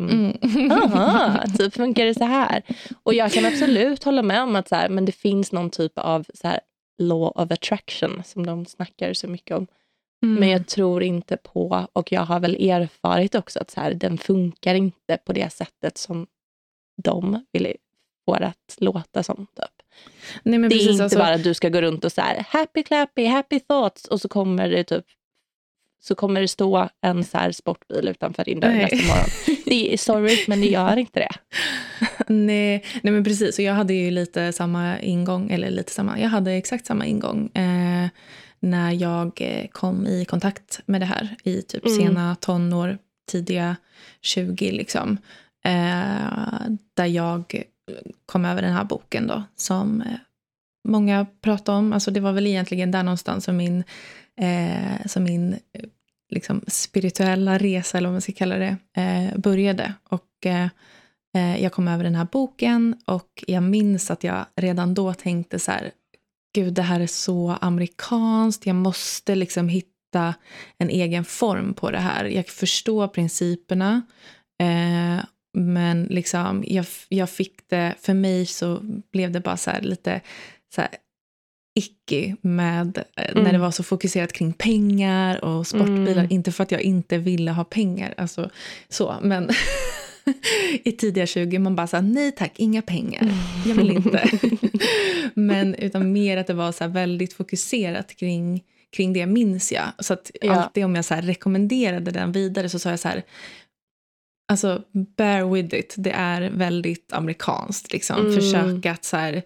typ funkar det så här. Och jag kan absolut hålla med om att så här, men det finns någon typ av så här law of attraction som de snackar så mycket om. Men jag tror inte på, och jag har väl erfarit också att så här, den funkar inte på det sättet som de vill få att låta som typ. Nej, men det är inte bara att du ska gå runt och så här happy clappy, happy thoughts, och så kommer det typ, så kommer det stå en så här sportbil utanför din dörr nästa morgon. Det är sorry, men det gör inte det. Nej men precis, och jag hade ju lite samma ingång, jag hade exakt samma ingång när jag kom i kontakt med det här i typ sena tonår, tidiga 20 liksom, där jag kom över den här boken då, som många pratar om. Alltså det var väl egentligen där någonstans som min liksom spirituella resa, eller vad man ska kalla det, började. Och jag kom över den här boken, och jag minns att jag redan då tänkte så här, gud, det här är så amerikanskt, jag måste liksom hitta en egen form på det här. Jag förstår principerna, men liksom jag fick det, för mig så blev det bara så här lite så här icky med när det var så fokuserat kring pengar och sportbilar, inte för att jag inte ville ha pengar, alltså så, men i tidiga 20 man bara sa nej tack, inga pengar, jag vill inte. Men utan mer att det var så här väldigt fokuserat kring det, minns jag. Så att alltid om jag så här rekommenderade den vidare så sa jag så här, alltså bear with it, det är väldigt amerikanskt liksom. Försök att så här,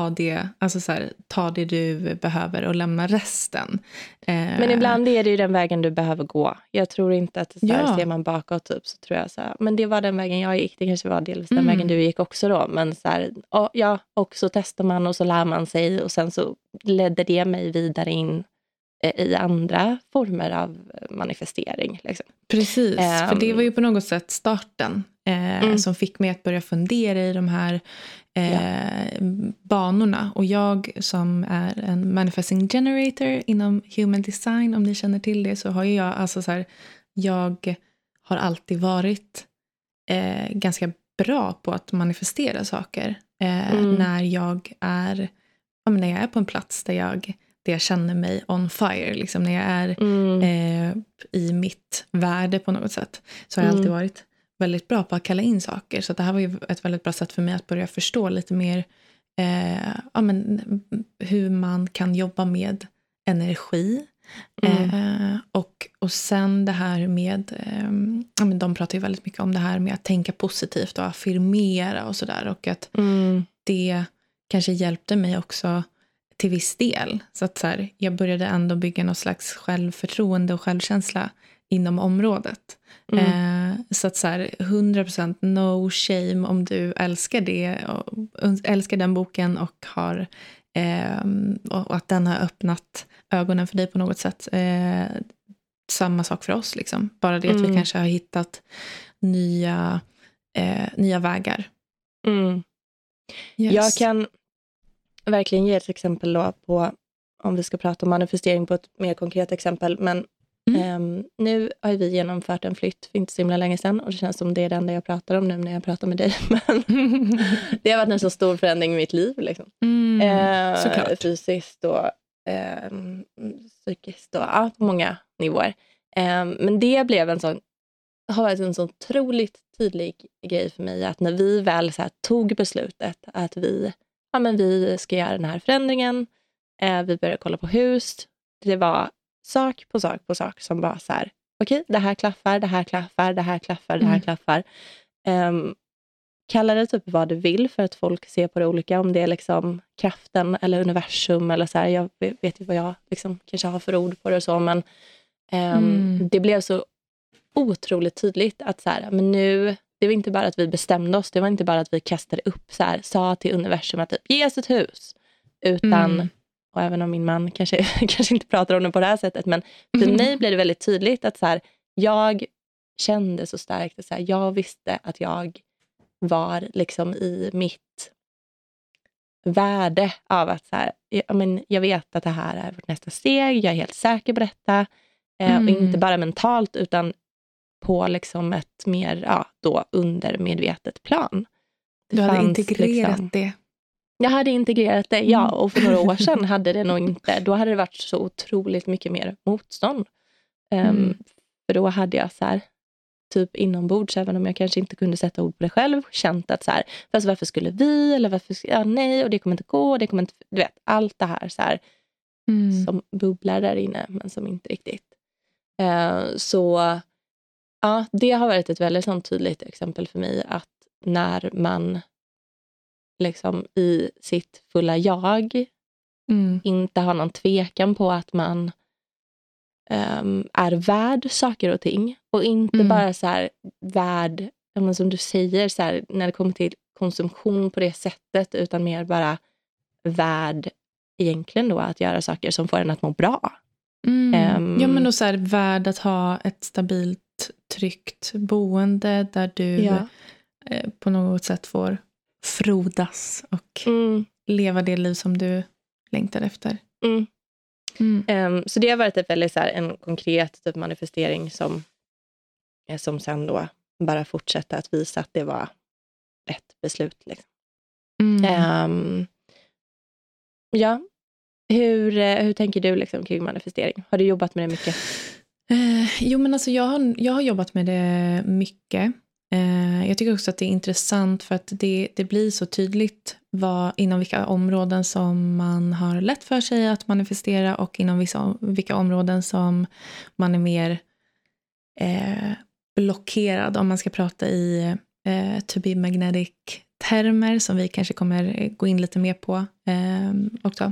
ta det du behöver och lämna resten. Men ibland är det ju den vägen du behöver gå. Jag tror inte att så här, ser man bakåt typ, så tror jag så här, men det var den vägen jag gick, det kanske var delvis den vägen du gick också då, men så här, och så testar man och så lär man sig, och sen så ledde det mig vidare in i andra former av manifestering. Liksom. Precis, för det var ju på något sätt starten som fick mig att börja fundera i de här banorna. Och jag som är en manifesting generator inom human design, om ni känner till det, så har jag alltså så här, jag har alltid varit ganska bra på att manifestera saker när jag är på en plats där jag känner mig on fire, liksom när jag är i mitt värde på något sätt, så har jag alltid varit väldigt bra på att kalla in saker. Så det här var ju ett väldigt bra sätt för mig att börja förstå lite mer hur man kan jobba med energi. Och sen det här med de pratar ju väldigt mycket om det här med att tänka positivt och affirmera och sådär, och att det kanske hjälpte mig också till viss del, så att så här, jag började ändå bygga någon slags självförtroende och självkänsla inom området. Så att så här, 100% no shame om du älskar det och älskar den boken och har och att den har öppnat ögonen för dig på något sätt. Samma sak för oss liksom. Bara det att vi kanske har hittat nya vägar. Yes. Jag kan verkligen ge ett exempel då på, om vi ska prata om manifestering på ett mer konkret exempel, men nu har vi genomfört en flytt för inte så himla länge sedan, och det känns som det är det enda jag pratar om nu när jag pratar med dig, men det har varit en så stor förändring i mitt liv liksom. Fysiskt och psykiskt och på många nivåer, men det blev har varit en så otroligt tydlig grej för mig, att när vi väl så här tog beslutet att vi ska göra den här förändringen, vi började kolla på hus, det var sak på sak på sak som bara så här, okej, det här klaffar, det här klaffar, det här klaffar, det här klaffar. Kalla det typ vad du vill, för att folk ser på det olika, om det är liksom kraften eller universum eller så här, jag vet ju vad jag liksom kanske har för ord på det och så, men det blev så otroligt tydligt att så här, men nu, det var inte bara att vi bestämde oss, det var inte bara att vi kastade upp så här, sa till universum att typ, ge oss ett hus, utan och även om min man kanske inte pratar om det på det här sättet, men för mig blev det väldigt tydligt att så här, jag kände så starkt att så här, jag visste att jag var liksom i mitt värde av att så här, jag vet att det här är vårt nästa steg, jag är helt säker på detta, och inte bara mentalt utan på liksom ett mer då undermedvetet plan. Du hade integrerat liksom det. Jag hade integrerat det, ja, och för några år sedan hade det nog inte, då hade det varit så otroligt mycket mer motstånd. För då hade jag så här, typ inombords, även om jag kanske inte kunde sätta ord på det själv, känt att så här, fast varför skulle vi, eller varför, nej, och det kommer inte gå, det kommer inte, du vet, allt det här så här, som bubblar där inne, men som inte riktigt. Så ja, det har varit ett väldigt sånt tydligt exempel för mig, att när man liksom i sitt fulla jag inte har någon tvekan på att man är värd saker och ting, och inte bara så här värd, som du säger så här, när det kommer till konsumtion på det sättet, utan mer bara värd egentligen då att göra saker som får en att må bra. Ja, men då så här, värd att ha ett stabilt, tryggt boende där du på något sätt får frodas och leva det liv som du längtar efter. Så det har varit ett väldigt så här, en konkret typ manifestering som sen då bara fortsätter att visa att det var rätt beslut liksom. Ja, hur tänker du liksom kring manifestering? Har du jobbat med det mycket? Jo, men alltså jag har jobbat med det mycket. Jag tycker också att det är intressant, för att det blir så tydligt inom vilka områden som man har lätt för sig att manifestera, och inom vilka områden som man är mer blockerad, om man ska prata i to be magnetic termer, som vi kanske kommer gå in lite mer på också.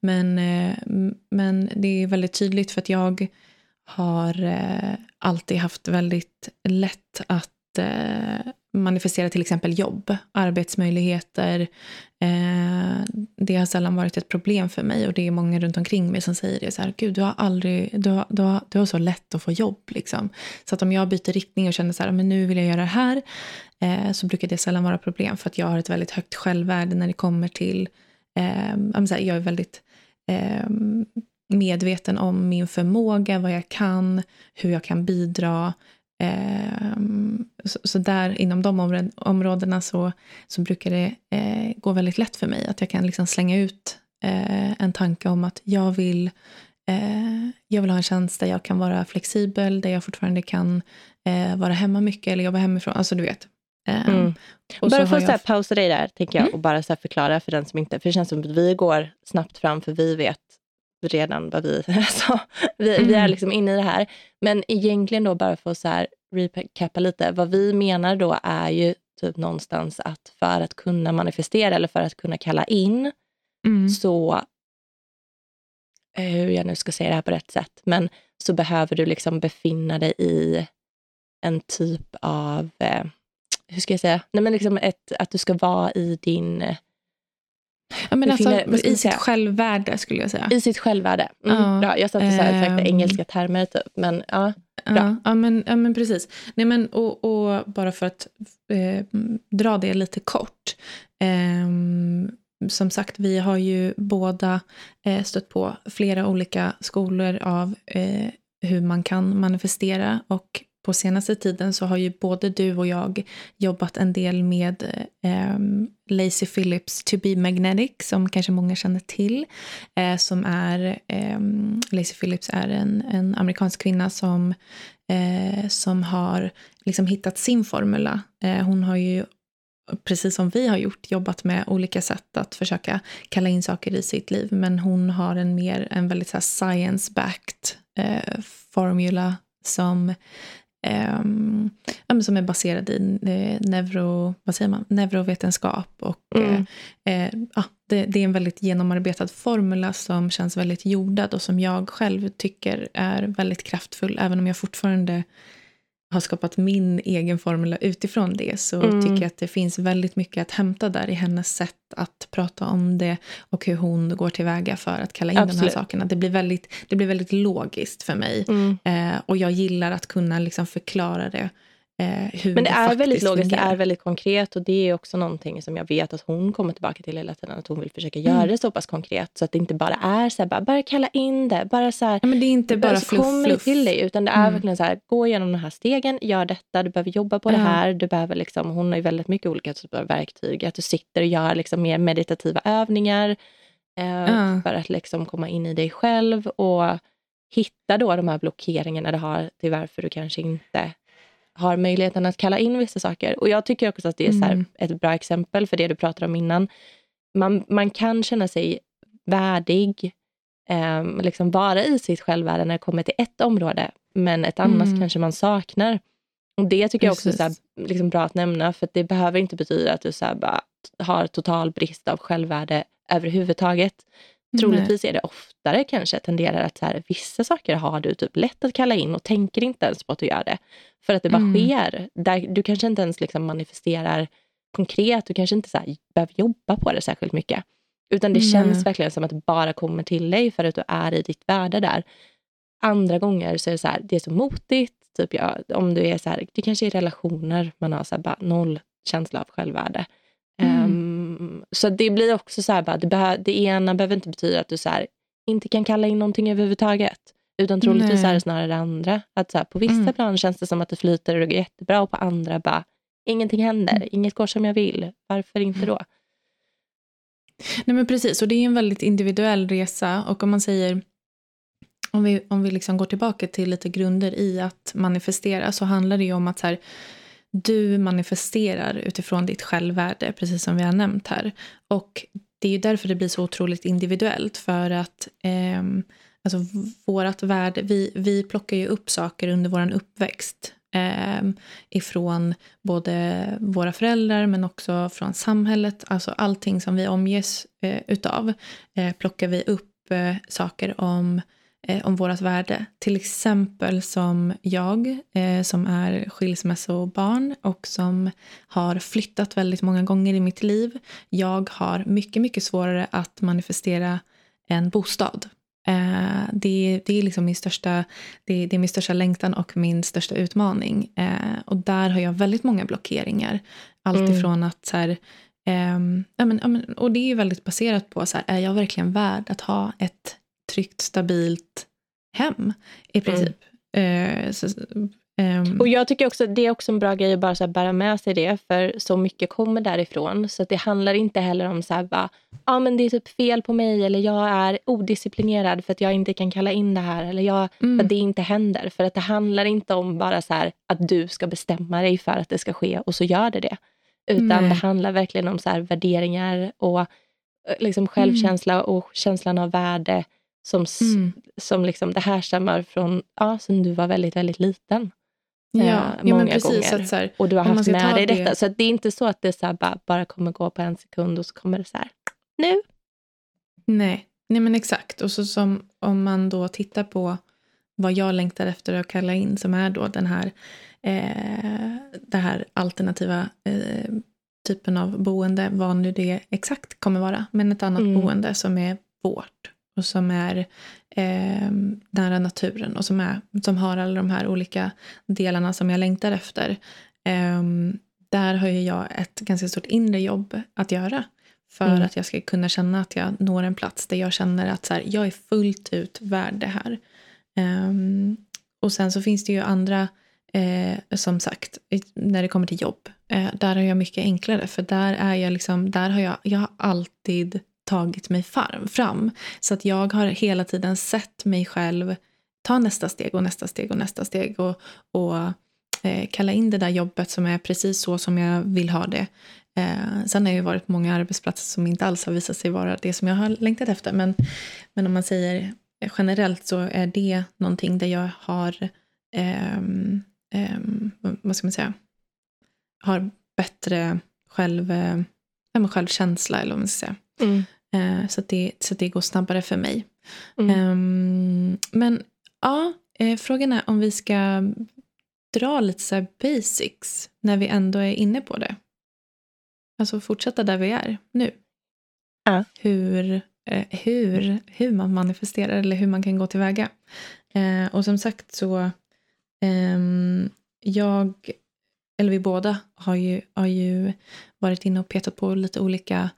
Men det är väldigt tydligt, för att jag har alltid haft väldigt lätt att manifestera till exempel jobb, arbetsmöjligheter. Det har sällan varit ett problem för mig, och det är många runt omkring mig som säger det så här: gud, du har så lätt att få jobb liksom. Så att om jag byter riktning och känner så här, men nu vill jag göra det här, så brukar det sällan vara problem, för att jag har ett väldigt högt självvärde när det kommer till jag är väldigt medveten om min förmåga, vad jag kan, hur jag kan bidra. Så där inom de områdena så brukar det gå väldigt lätt för mig, att jag kan liksom slänga ut en tanke om att jag vill ha en tjänst där jag kan vara flexibel, där jag fortfarande kan vara hemma mycket eller jobba hemifrån, alltså du vet. Och bara för att pausa dig där, tänker jag, och bara så här förklara för den som inte, för det känns som att vi går snabbt fram, för vi vet redan vad vi alltså, vi är liksom inne i det här, men egentligen då, bara för att så här recappa lite, vad vi menar då är ju typ någonstans att för att kunna manifestera eller för att kunna kalla in, så hur jag nu ska säga det här på rätt sätt, men så behöver du liksom befinna dig i en typ av hur ska jag säga? Nej, men liksom att du ska vara i din... Ja, men alltså, i sitt självvärde skulle jag säga. I sitt självvärde. Bra. Jag satte så här sagt engelska termer typ. Men ja, bra. Ja, men precis. Nej, men, och bara för att dra det lite kort. Som sagt, vi har ju båda stött på flera olika skolor av hur man kan manifestera, och på senaste tiden så har ju både du och jag jobbat en del med Lacy Phillips To Be Magnetic, som kanske många känner till. Som är, Lacy Phillips är en amerikansk kvinna som har liksom hittat sin formula. Hon har ju, precis som vi har gjort, jobbat med olika sätt att försöka kalla in saker i sitt liv. Men hon har en väldigt så här science-backed formula som är baserad i neurovetenskap, och det är en väldigt genomarbetad formula som känns väldigt jordad, och som jag själv tycker är väldigt kraftfull, även om jag fortfarande har skapat min egen formula utifrån det, så tycker jag att det finns väldigt mycket att hämta där i hennes sätt att prata om det, och hur hon går tillväga för att kalla in de här sakerna. Det blir väldigt logiskt för mig, och jag gillar att kunna liksom förklara det. Men det är väldigt logiskt, det är väldigt konkret, och det är också någonting som jag vet att hon kommer tillbaka till hela tiden, att hon vill försöka göra det så pass konkret, så att det inte bara är så här, bara kalla in det, bara så här, men det är inte bara fluff till dig, utan det är verkligen så här, gå igenom den här stegen, gör detta, du behöver jobba på det här, du behöver liksom, hon har ju väldigt mycket olika typer av verktyg, att du sitter och gör liksom mer meditativa övningar för att liksom komma in i dig själv och hitta då de här blockeringarna du har till varför du kanske inte har möjligheten att kalla in vissa saker. Och jag tycker också att det är så här ett bra exempel för det du pratade om innan. Man kan känna sig värdig, liksom vara i sitt självvärde när det kommer till ett område, men ett annat kanske man saknar. Och det tycker jag också är så här, liksom bra att nämna, för att det behöver inte betyda att du så här bara har total brist av självvärde överhuvudtaget. Troligtvis är det oftare kanske tenderar att så här, vissa saker har du typ lätt att kalla in och tänker inte ens på att du gör det. För att det bara sker. Du kanske inte ens liksom manifesterar konkret. Du kanske inte så här, behöver jobba på det särskilt mycket. Utan det känns verkligen som att det bara kommer till dig för att du är i ditt värde där. Andra gånger så är det så här, det är så motigt. Typ om du är så här, det kanske är relationer man har så här, bara noll känsla av självvärde. Så det blir också så här, bara, det ena behöver inte betyda att du så här, inte kan kalla in någonting överhuvudtaget. Utan troligtvis är det snarare det andra. Att så här, på vissa plan känns det som att det flyter och det går jättebra, och på andra bara, ingenting händer. Inget går som jag vill. Varför inte då? Nej, men precis, och det är en väldigt individuell resa. Och om man säger, om vi liksom går tillbaka till lite grunder i att manifestera, så handlar det ju om att så här, du manifesterar utifrån ditt självvärde, precis som vi har nämnt här. Och det är ju därför det blir så otroligt individuellt, för att alltså vårat värde, vi plockar ju upp saker under våran uppväxt ifrån både våra föräldrar men också från samhället. Alltså allting som vi omges utav plockar vi upp saker om om vårat värde. Till exempel som jag som är skilsmässobarn och som har flyttat väldigt många gånger i mitt liv. Jag har mycket, mycket svårare att manifestera en bostad. Det är liksom det är min största längtan och min största utmaning. Och där har jag väldigt många blockeringar. Allt ifrån att så här, och det är ju väldigt baserat på så här, är jag verkligen värd att ha ett tryggt, stabilt hem i princip. Och jag tycker också det är också en bra grej att bara så här bära med sig det, för så mycket kommer därifrån, så att det handlar inte heller om så här bara, men det är typ fel på mig, eller jag är odisciplinerad för att jag inte kan kalla in det här, eller för att det inte händer, för att det handlar inte om bara så här att du ska bestämma dig för att det ska ske och så gör det, utan det handlar verkligen om så här värderingar och liksom självkänsla och känslan av värde som liksom det här stämmer från sen du var väldigt, väldigt liten. Många precis, gånger. Så här, och du har haft med dig detta. Så att det är inte så att det så här bara kommer gå på en sekund och så kommer det så här, nu. Nej men exakt. Och så som om man då tittar på vad jag längtar efter att kalla in, som är då den här det här alternativa typen av boende, vad nu det exakt kommer vara, men ett annat boende som är vårt och som är nära naturen och som har alla de här olika delarna som jag längtar efter. Där har ju jag ett ganska stort inre jobb att göra för att jag ska kunna känna att jag når en plats där jag känner att så här, jag är fullt ut värd det här. Och sen så finns det ju andra, som sagt, när det kommer till jobb, där har jag mycket enklare, för där är jag liksom, där har jag har alltid tagit mig fram, så att jag har hela tiden sett mig själv ta nästa steg och nästa steg och nästa steg och kalla in det där jobbet som är precis så som jag vill ha det. Sen har det ju varit många arbetsplatser som inte alls har visat sig vara det som jag har längtat efter, men om man säger generellt så är det någonting där jag har vad ska man säga, har bättre självkänsla, eller vad man ska säga. Så att det går snabbare för mig. Men ja, frågan är om vi ska dra lite så här basics när vi ändå är inne på det. Alltså fortsätta där vi är nu. Ja. Hur man manifesterar, eller hur man kan gå tillväga. Och som sagt så vi båda har ju varit inne och petat på lite olika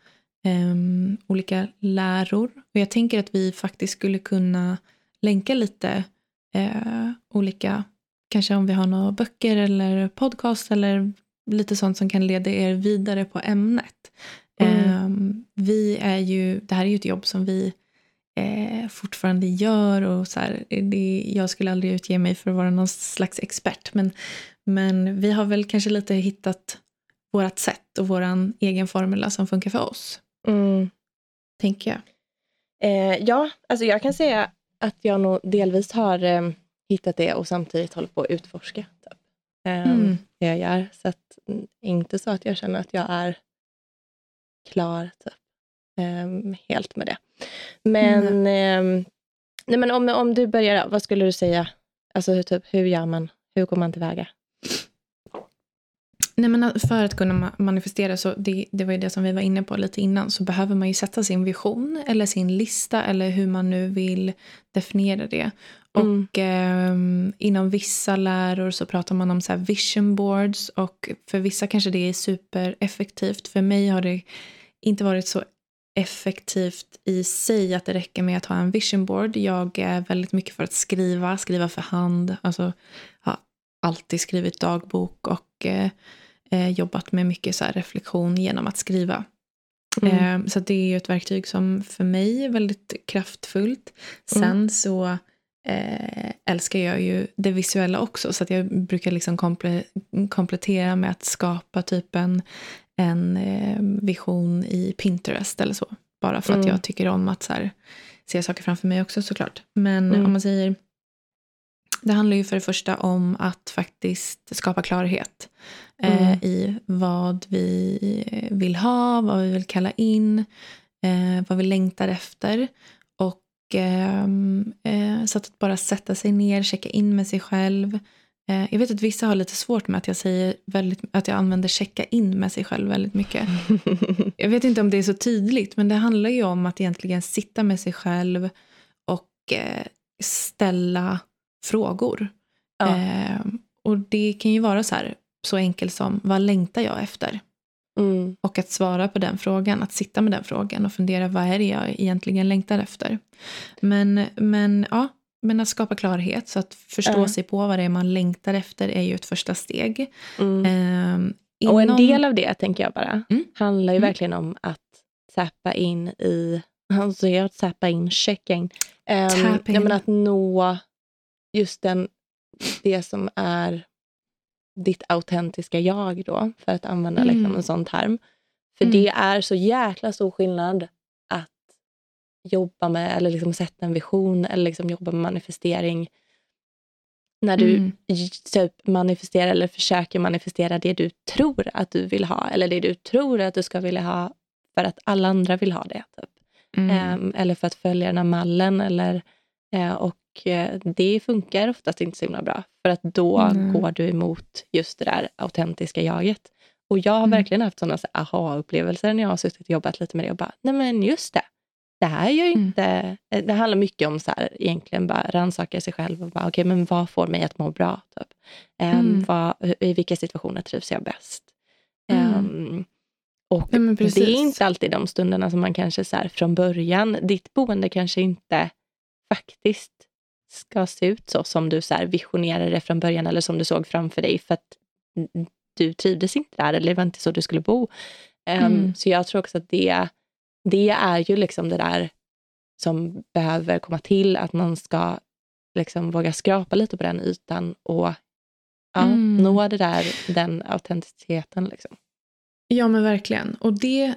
läror. Och jag tänker att vi faktiskt skulle kunna länka lite olika, kanske om vi har några böcker eller podcast eller lite sånt som kan leda er vidare på ämnet. Det här är ju ett jobb som vi fortfarande gör, och så här, jag skulle aldrig utge mig för att vara någon slags expert, men vi har väl kanske lite hittat vårat sätt och våran egen formula som funkar för oss. Tänker jag. Ja, alltså jag kan säga att jag nog delvis har hittat det och samtidigt håller på att utforska typ. Det jag gör, så att inte så att jag känner att jag är klar typ, helt med det. Men nej, men om du börjar, vad skulle du säga? Alltså typ, hur går man tillväga? Nej, men för att kunna manifestera, så det var ju det som vi var inne på lite innan, så behöver man ju sätta sin vision eller sin lista, eller hur man nu vill definiera det. Och inom vissa läror så pratar man om så här vision boards, och för vissa kanske det är supereffektivt. För mig har det inte varit så effektivt i sig att det räcker med att ha en vision board. Jag är väldigt mycket för att skriva för hand. Alltså har alltid skrivit dagbok och jobbat med mycket så här reflektion genom att skriva. Så det är ju ett verktyg som för mig är väldigt kraftfullt. Sen så älskar jag ju det visuella också, så att jag brukar liksom komplettera med att skapa typ en vision i Pinterest eller så, bara för att jag tycker om att så här, se saker framför mig också, såklart. Men om man säger, det handlar ju för det första om att faktiskt skapa klarhet i vad vi vill ha, vad vi vill kalla in, vad vi längtar efter. Och så att bara sätta sig ner, checka in med sig själv. Jag vet att vissa har lite svårt med att jag säger att jag använder checka in med sig själv väldigt mycket. Jag vet inte om det är så tydligt, men det handlar ju om att egentligen sitta med sig själv och ställa frågor. Ja. Och det kan ju vara så enkelt som, vad längtar jag efter? Och att svara på den frågan, att sitta med den frågan och fundera, vad är det jag egentligen längtar efter? Men att skapa klarhet, så att förstå sig på vad det är man längtar efter är ju ett första steg. Och en del av det, tänker jag bara, handlar ju verkligen om att zappa in i, checka in. Men att nå just det som är ditt autentiska jag då, för att använda liksom en sån term. För det är så jäkla stor skillnad att jobba med, eller liksom sätta en vision, eller liksom jobba med manifestering när du typ manifesterar eller försöker manifestera det du tror att du vill ha, eller det du tror att du ska vilja ha för att alla andra vill ha det typ. Eller för att följa den här mallen, eller och det funkar oftast inte så himla bra, för att då går du emot just det där autentiska jaget. Och jag har verkligen haft sådana aha-upplevelser när jag har suttit och jobbat lite med det och bara, nej men just det här är ju inte, det handlar mycket om egentligen bara rannsaka sig själv och bara, okej, men vad får mig att må bra typ? I vilka situationer trivs jag bäst? Och det är inte alltid de stunderna som man kanske från början, ditt boende kanske inte faktiskt ska se ut så som du visionerade det från början, eller som du såg framför dig, för att du trivdes inte där, eller det var inte så du skulle bo. Så jag tror också att det är ju liksom det där som behöver komma till, att man ska liksom våga skrapa lite på den ytan och nå den autenticiteten liksom. Ja, men verkligen. Och det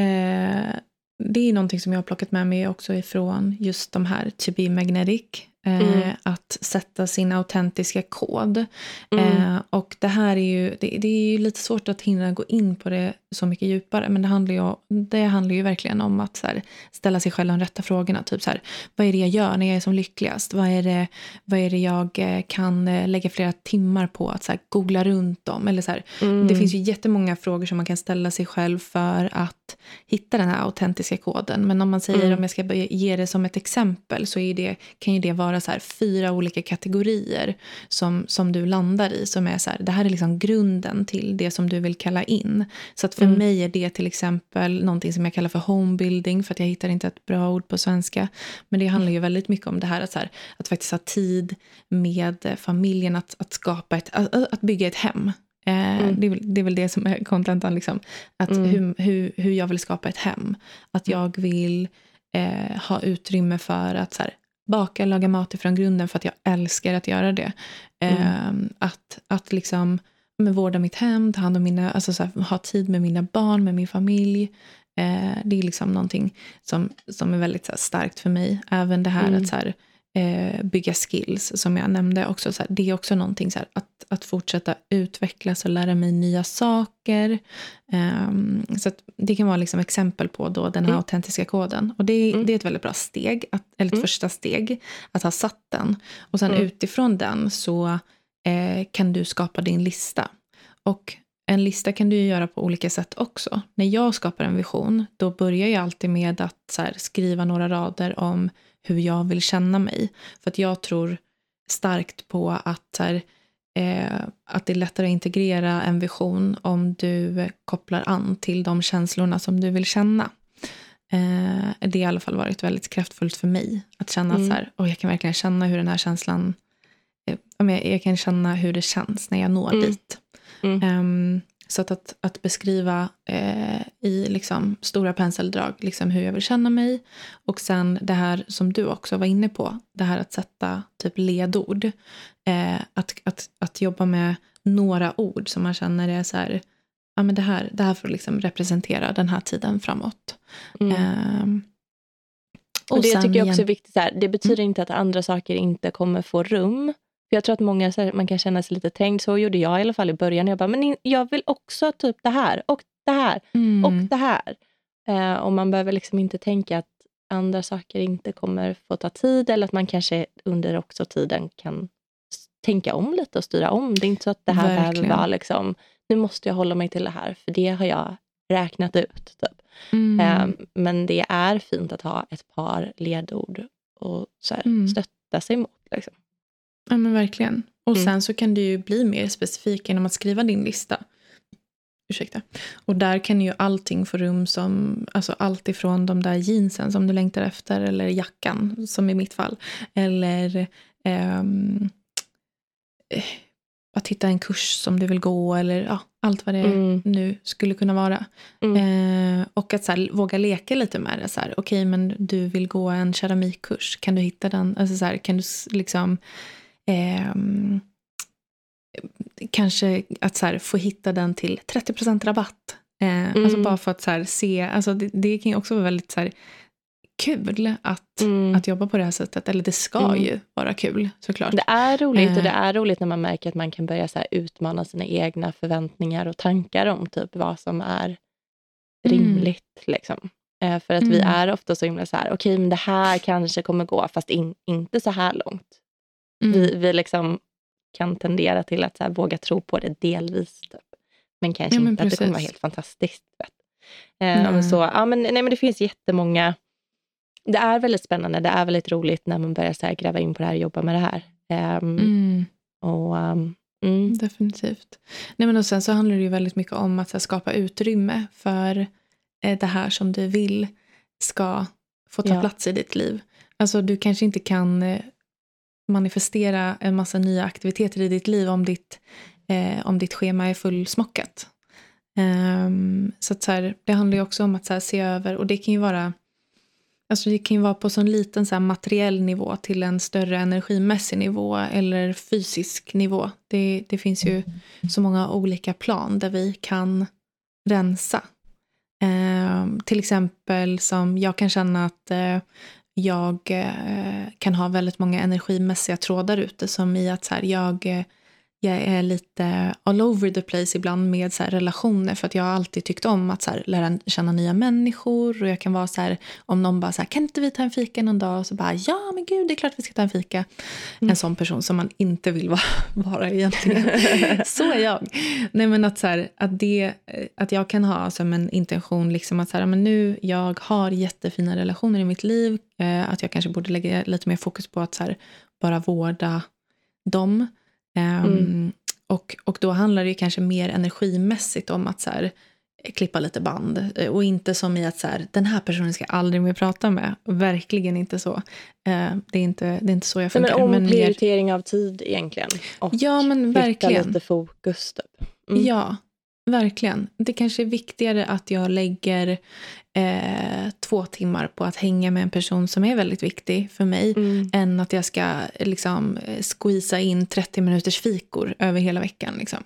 är någonting som jag har plockat med mig också ifrån just de här To Be Magnetic. Att sätta sin autentiska kod. Och det här är ju, det är ju lite svårt att hinna gå in på det så mycket djupare, men det handlar ju verkligen om att ställa sig själv de rätta frågorna, typ vad är det jag gör när jag är som lyckligast? Vad är det jag kan lägga flera timmar på att googla runt om, eller det finns ju jättemånga frågor som man kan ställa sig själv för att hitta den här autentiska koden. Men om man säger, om jag ska ge det som ett exempel, så kan ju det vara 4 olika kategorier som du landar i, som är det här är liksom grunden till det som du vill kalla in. Så att för mig är det till exempel någonting som jag kallar för homebuilding, för att jag hittar inte ett bra ord på svenska, men det handlar ju väldigt mycket om det här att faktiskt ha tid med familjen, att skapa att bygga ett hem. Det är väl det som är contentan liksom, att hur jag vill skapa ett hem, att jag vill ha utrymme för att baka, laga mat ifrån grunden, för att jag älskar att göra det. Att liksom vårda mitt hem, ta hand om ha tid med mina barn, med min familj. Det är liksom någonting som är väldigt starkt för mig. Även det här att bygga skills, som jag nämnde också. Det är också någonting att fortsätta utvecklas och lära mig nya saker. Så att det kan vara liksom exempel på då den här autentiska koden. Och det är ett väldigt bra steg, eller ett första steg, att ha satt den. Och sen utifrån den så kan du skapa din lista. Och en lista kan du ju göra på olika sätt också. När jag skapar en vision, då börjar jag alltid med att skriva några rader om hur jag vill känna mig. För att jag tror starkt på att det är lättare att integrera en vision om du kopplar an till de känslorna som du vill känna. Det har i alla fall varit väldigt kraftfullt för mig. Att känna att jag kan verkligen känna hur den här känslan, jag kan känna hur det känns när jag når dit. Så att beskriva i liksom stora penseldrag liksom hur jag vill känna mig. Och sen det här som du också var inne på, det här att sätta typ ledord. Att jobba med några ord som man känner är men det här får liksom representera den här tiden framåt. Och det tycker jag också är viktigt. Det betyder inte att andra saker inte kommer få rum. För jag tror att många, man kan känna sig lite trängd. Så gjorde jag i alla fall i början. Jag bara, men jag vill också typ det här och det här och det här. Och man behöver liksom inte tänka att andra saker inte kommer få ta tid, eller att man kanske under också tiden kan tänka om lite och styra om. Det är inte så att det här Verkligen. behöver vara liksom, nu måste jag hålla mig till det här, för det har jag räknat ut typ. Men det är fint att ha ett par ledord och så här, stötta sig mot liksom. Ja, men verkligen. Och sen så kan du ju bli mer specifik genom att skriva din lista. Ursäkta. Och där kan ju allting få rum som, alltså allt ifrån de där jeansen som du längtar efter, eller jackan som i mitt fall, eller att hitta en kurs som du vill gå, eller ja, allt vad det nu skulle kunna vara. Och att så här, våga leka lite med det. Så här, okej, men du vill gå en keramikkurs. Kan du hitta den? Alltså så här, kan du liksom kanske att så här, få hitta den till 30% rabatt. Alltså bara för att så här, se, alltså det kan ju också vara väldigt så här, kul att jobba på det här sättet. Eller det ska ju vara kul, såklart. Det är roligt, och det är roligt när man märker att man kan börja så här utmana sina egna förväntningar och tankar om typ vad som är rimligt liksom. För att vi är ofta så himla så här, okej, men det här kanske kommer gå, fast inte så här långt. Vi liksom kan tendera till att så här, våga tro på det delvis typ. Men kanske inte att det kommer vara helt fantastiskt. Så, ja, men det finns jättemånga. Det är väldigt spännande, det är väldigt roligt när man börjar så här, gräva in på det här och jobba med det här. Definitivt. Nej, men och sen så handlar det ju väldigt mycket om att så här, skapa utrymme för det här som du vill ska få ta plats i ditt liv. Alltså du kanske inte kan manifestera en massa nya aktiviteter i ditt liv om ditt schema är fullsmockat. Så att så här, det handlar ju också om att så här, se över, och det kan ju vara, alltså det kan ju vara på sån liten så här, materiell nivå till en större energimässig nivå eller fysisk nivå. Det finns ju så många olika plan där vi kan rensa. Till exempel som jag kan känna att jag kan ha väldigt många energimässiga trådar ute, som i att så här, jag är lite all over the place ibland med så här relationer, för att jag har alltid tyckt om att så här, lära känna nya människor, och jag kan vara så här, om någon bara så här, kan inte vi ta en fika någon dag, och så bara, ja men gud, det är klart vi ska ta en fika. En sån person som man inte vill vara egentligen. Så är jag. Nej, men att så här, att jag kan ha som en intention liksom att så här, men nu jag har jättefina relationer i mitt liv, att jag kanske borde lägga lite mer fokus på att så här, bara vårda dem. Och då handlar det ju kanske mer energimässigt om att så här, klippa lite band, och inte som i att så här, den här personen ska jag aldrig mer prata med. Verkligen inte så. Det är inte så jag funkar. Men omprioritering av tid egentligen. Och ja, men verkligen. Lite fokus typ. Ja, verkligen. Det kanske är viktigare att jag lägger 2 timmar på att hänga med en person som är väldigt viktig för mig, än att jag ska liksom squeeza in 30 minuters fikor över hela veckan liksom.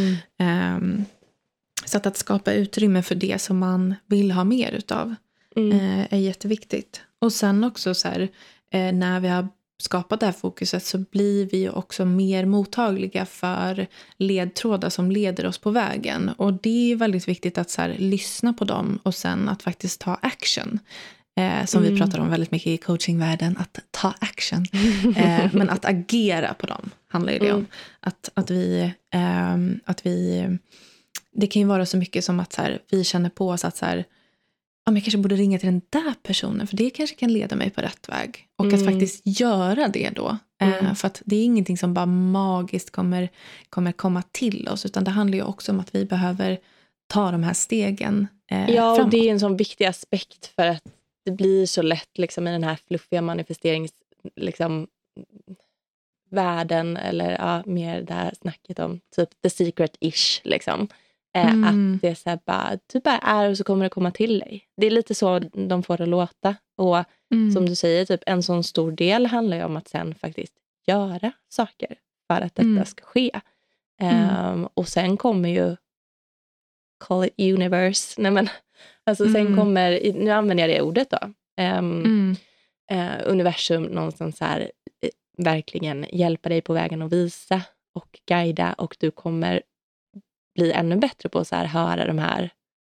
Så att skapa utrymme för det som man vill ha mer utav är jätteviktigt. Och sen också så här, när vi har skapat det här fokuset, så blir vi ju också mer mottagliga för ledtrådar som leder oss på vägen. Och det är väldigt viktigt att så här, lyssna på dem, och sen att faktiskt ta action. Som vi pratar om väldigt mycket i coachingvärlden, att ta action. Men att agera på dem handlar ju det om. Att vi det kan ju vara så mycket som att så här, vi känner på oss att så här, ja, men jag kanske borde ringa till den där personen, för det kanske kan leda mig på rätt väg. Och att faktiskt göra det då. För att det är ingenting som bara magiskt kommer komma till oss, utan det handlar ju också om att vi behöver ta de här stegen ja, och framåt. det är en sån viktig aspekt, för att det blir så lätt liksom, i den här fluffiga manifesterings liksom, världen, eller mer det här snacket om typ the secret-ish liksom. Att det så här bara, du bara är, och så kommer det komma till dig. Det är lite så de får det låta. Och som du säger, typ en sån stor del handlar ju om att sen faktiskt göra saker för att detta ska ske. Och sen kommer ju call it universe. Nej, men alltså sen kommer, nu använder jag det ordet då. Universum någonstans så här, verkligen hjälpa dig på vägen och visa och guida, och du kommer bli ännu bättre på att så här, höra de här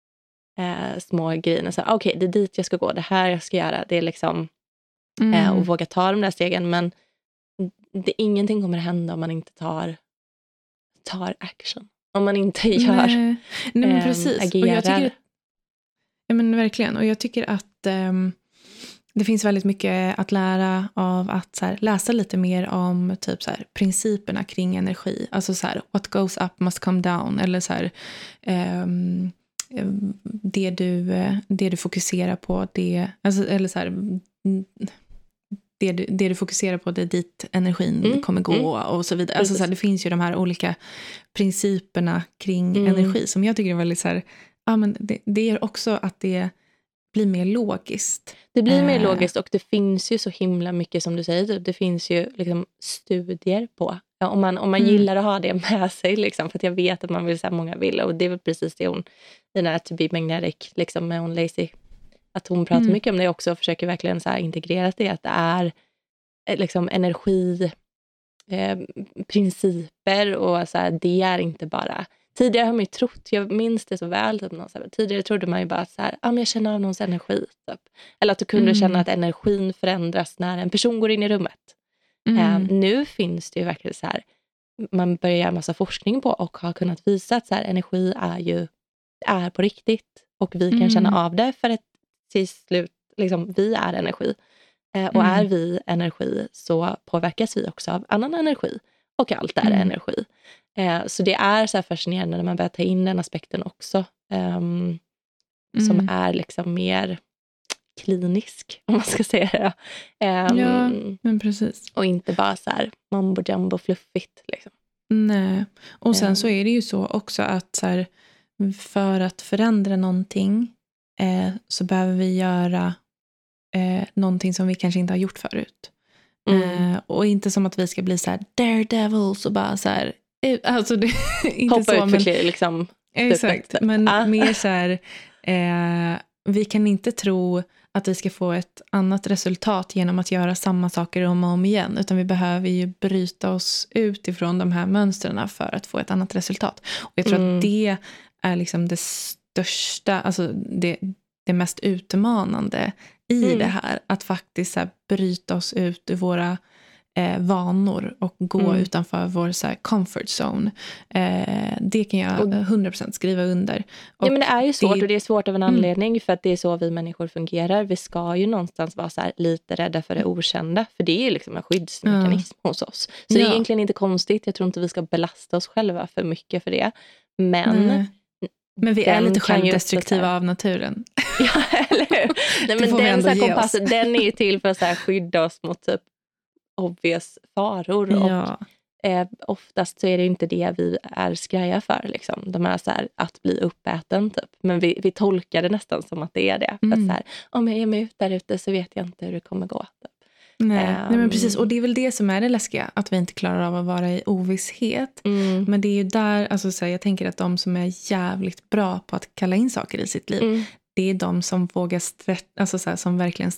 små grejerna. Okej, det är dit jag ska gå, det här jag ska göra. Det är liksom och våga ta de där stegen. Men ingenting kommer hända om man inte tar action. Om man inte gör Nej, men precis. agerar. Och jag tycker, ja, men verkligen. Och jag tycker att det finns väldigt mycket att lära av att så här, läsa lite mer om typ så här, principerna kring energi. Alltså så här, what goes up must come down. Eller så här, det du fokuserar på, alltså, eller så här, det du fokuserar på, det är dit energin kommer gå och så vidare. Alltså så här, det finns ju de här olika principerna kring energi som jag tycker är väldigt så här, men det gör också att det blir mer logiskt. Det blir mer logiskt, och det finns ju så himla mycket som du säger. Det finns ju liksom studier på. Ja, om man gillar att ha det med sig. Liksom, för att jag vet att man vill, så här, många vill. Och det är väl precis det hon, den här To Be Magnetic, liksom, med hon Lacy. Att hon pratar mycket om det också och försöker verkligen så här, integrera det. Att det är liksom energi, principer och så här, det är inte bara... Tidigare har man ju trott, jag minns det så väl, typ, tidigare trodde man ju bara så här, men jag känner av någons energi. Typ. Eller att du kunde känna att energin förändras när en person går in i rummet. Nu finns det ju verkligen så här, man börjar göra massa forskning på och har kunnat visa att så här, energi är på riktigt. Och vi kan känna av det för att till slut, liksom, vi är energi. Och är vi energi så påverkas vi också av annan energi. Och allt är energi. Så det är så här fascinerande när man börjar ta in den aspekten också. Som är liksom mer klinisk, om man ska säga det. Ja, men precis. Och inte bara så här mambo jumbo fluffigt. Liksom. Nej. Och sen så är det ju så också att så här, för att förändra någonting så behöver vi göra någonting som vi kanske inte har gjort förut. Och inte som att vi ska bli så här daredevils och bara så här, alltså det inte hoppa så, ut men liksom exakt, men mer så här vi kan inte tro att vi ska få ett annat resultat genom att göra samma saker om och om igen, utan vi behöver ju bryta oss ut ifrån de här mönstren för att få ett annat resultat. Och jag tror att det är liksom det största, alltså det mest utmanande i det här, att faktiskt så här, bryta oss ut ur våra vanor och gå utanför vår så här, comfort zone. Det kan jag 100% skriva under. Och ja, men det är ju svårt, och det är svårt av en anledning, för att det är så vi människor fungerar. Vi ska ju någonstans vara så här, lite rädda för det okända, för det är ju liksom en skyddsmekanism hos oss. Så det är egentligen inte konstigt. Jag tror inte vi ska belasta oss själva för mycket för det. Men vi är lite självdestruktiva av naturen. Ja, eller hur? Nej, men den, så här, kompassen, den är ju till för att så här, skydda oss mot typ obvious faror. Ja. Och oftast så är det inte det vi är skraja för. Liksom. De är så här, att bli uppäten typ. Men vi tolkar det nästan som att det är det. För att så här, om jag ger mig ut där ute så vet jag inte hur det kommer gå. Typ. Nej, men precis. Och det är väl det som är det läskiga. Att vi inte klarar av att vara i ovisshet. Men det är ju där, alltså, så här, jag tänker att de som är jävligt bra på att kalla in saker i sitt liv, det är de som vågar alltså, så här, som verkligen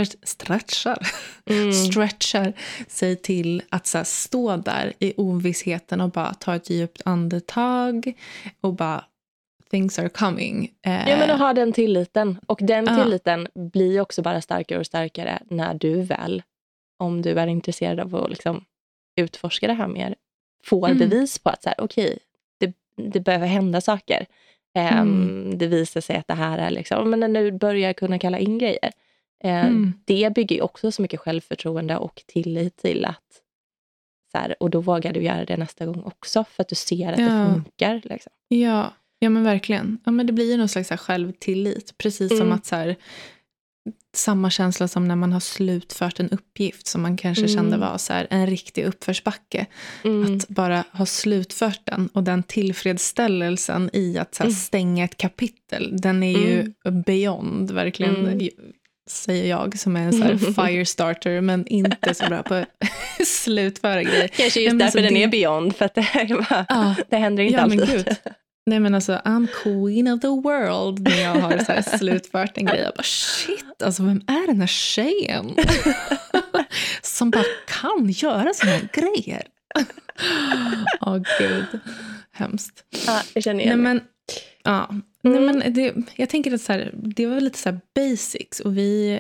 stretchar sig till att så här, stå där i ovissheten och bara ta ett djupt andetag och bara things are coming. Ja, men att ha den tilliten. Och den tilliten blir också bara starkare och starkare när du väl, om du är intresserad av att liksom utforska det här mer, får bevis på att så här, okej, det behöver hända saker. Det visar sig att det här är liksom, men när du börjar kunna kalla in grejer, det bygger ju också så mycket självförtroende och tillit till att så här, och då vågar du göra det nästa gång också, för att du ser att det funkar liksom. Ja, men verkligen. Ja, men det blir ju någon slags så här självtillit, precis som att så här, samma känsla som när man har slutfört en uppgift som man kanske kände var så här, en riktig uppförsbacke. Att bara ha slutfört den, och den tillfredsställelsen i att så här, stänga ett kapitel, den är ju beyond, verkligen, säger jag som är en så här firestarter, men inte så bra på att slutföra grejer. Kanske just därför den är beyond, för att det händer inte alltid. Men gud. Nej, men alltså, I'm queen of the world när jag har så här slutfört en grej. Jag bara, shit, alltså vem är den här tjejen som bara kan göra såna här grejer? Gud, hemskt. Ja, jag känner igen. Nej, men Ja, nej, men jag tänker att så här, det var lite så här basics och vi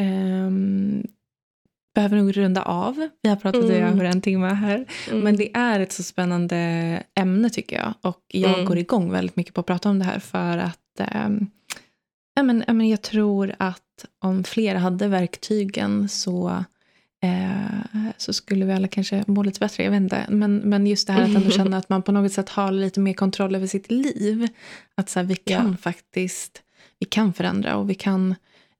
behöver nog runda av. Vi har pratat i över en timme här. Men det är ett så spännande ämne tycker jag. Och jag går igång väldigt mycket på att prata om det här för att jag tror att om fler hade verktygen så skulle vi alla kanske må lite bättre, jag vet inte. Men just det här att ändå känna att man på något sätt har lite mer kontroll över sitt liv. Att så här, vi kan faktiskt, vi kan förändra och vi kan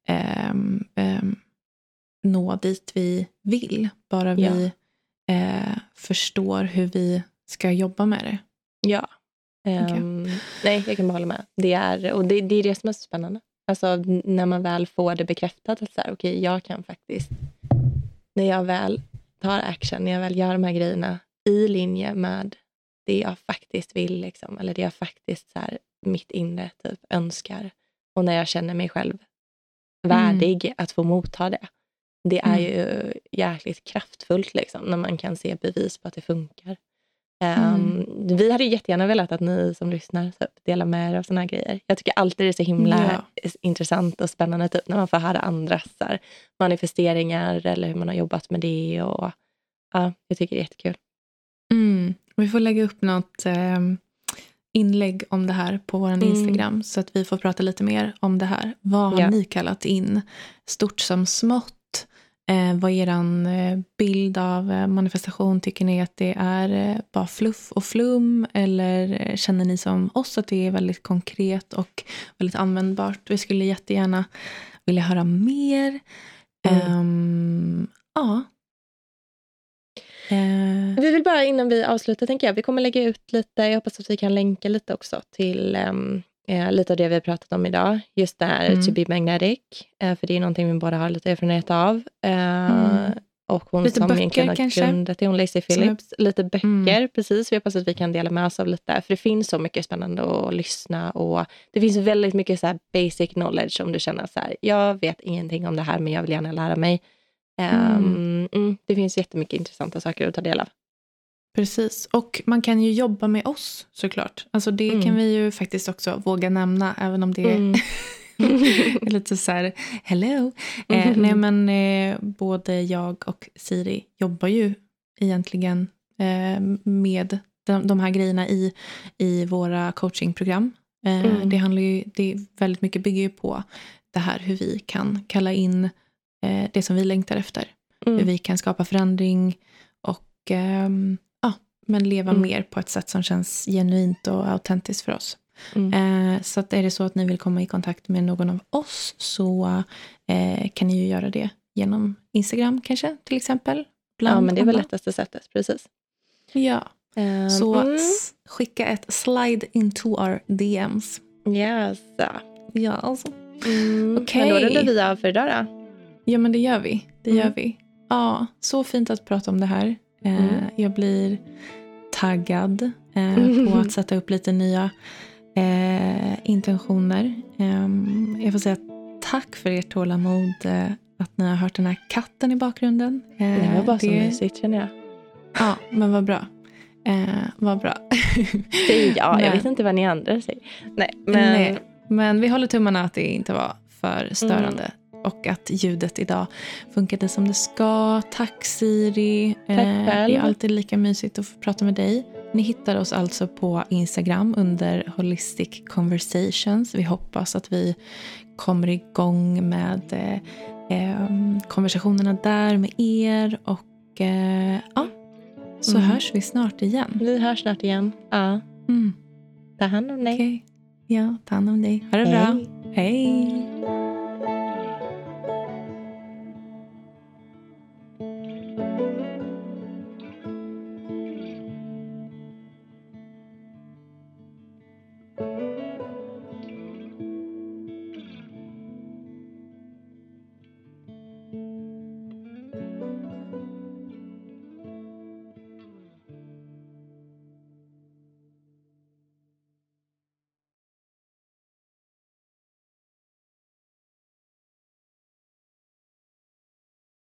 nå dit vi vill. Bara vi förstår hur vi ska jobba med det. Ja. Nej, jag kan bara hålla med. Det är det som är så spännande. Alltså när man väl får det bekräftat att så här, okej, jag kan faktiskt, när jag väl tar action, när jag väl gör de här grejerna i linje med det jag faktiskt vill liksom, eller det jag faktiskt så här, mitt inre typ önskar, och när jag känner mig själv värdig att få motta det. Det är ju jäkligt kraftfullt liksom, när man kan se bevis på att det funkar. Vi hade jättegärna velat att ni som lyssnar typ, delar med er av såna här grejer. Jag tycker alltid det är så himla intressant och spännande typ, när man får höra andras så här, manifesteringar eller hur man har jobbat med det. Och, ja, jag tycker det är jättekul. Vi får lägga upp något inlägg om det här på vår Instagram så att vi får prata lite mer om det här. Vad har ni kallat in? Stort som smått? Vad är eran bild av manifestation? Tycker ni att det är bara fluff och flum? Eller känner ni som oss att det är väldigt konkret och väldigt användbart? Vi skulle jättegärna vilja höra mer. Vi vill bara, innan vi avslutar tänker jag, vi kommer lägga ut lite, jag hoppas att vi kan länka lite också till lite av det vi har pratat om idag. Just det här to be magnetic. För det är någonting vi båda har lite erfarenhet av. Och hon lite som böcker egentligen har kanske? Grundat det, hon Lacey Phillips. Lite böcker, precis. Vi hoppas att vi kan dela med oss av lite. För det finns så mycket spännande att lyssna. Och det finns väldigt mycket så här basic knowledge om du känner så här, jag vet ingenting om det här men jag vill gärna lära mig. Det finns jättemycket intressanta saker att ta del av. Precis, och man kan ju jobba med oss såklart. Alltså det kan vi ju faktiskt också våga nämna, även om det är lite så här, hello. Nej men både jag och Siri jobbar ju egentligen med de här grejerna i våra coachingprogram. Det handlar ju, det väldigt mycket bygger ju på det här hur vi kan kalla in det som vi längtar efter. Hur vi kan skapa förändring och men leva mer på ett sätt som känns genuint och autentiskt för oss. Så att är det så att ni vill komma i kontakt med någon av oss så kan ni ju göra det genom Instagram kanske till exempel. Ja, men det är väl lättaste sättet, precis. Ja, så skicka ett slide into our DMs. Yes. Ja, alltså. Men då rundar vi av för idag då. Ja, men det gör vi. Ja, så fint att prata om det här. Jag blir taggad på att sätta upp lite nya intentioner. Jag får säga tack för ert tålamod att ni har hört den här katten i bakgrunden. Det var bara så mysigt känner jag. Ja, men vad bra. Vad bra. Säger jag vet inte vad ni andra säger. Nej, men vi håller tummarna att det inte var för störande. Och att ljudet idag funkade som det ska. Tack Siri. Tack själv. Det är alltid lika mysigt att få prata med dig. Ni hittar oss alltså på Instagram under Holistic Conversations. Vi hoppas att vi kommer igång med konversationerna där med er. Och så hörs vi snart igen. Vi hörs snart igen. Ja. Ta hand om dig. Okay. Ja, ta hand om dig. Ha det bra. Hej.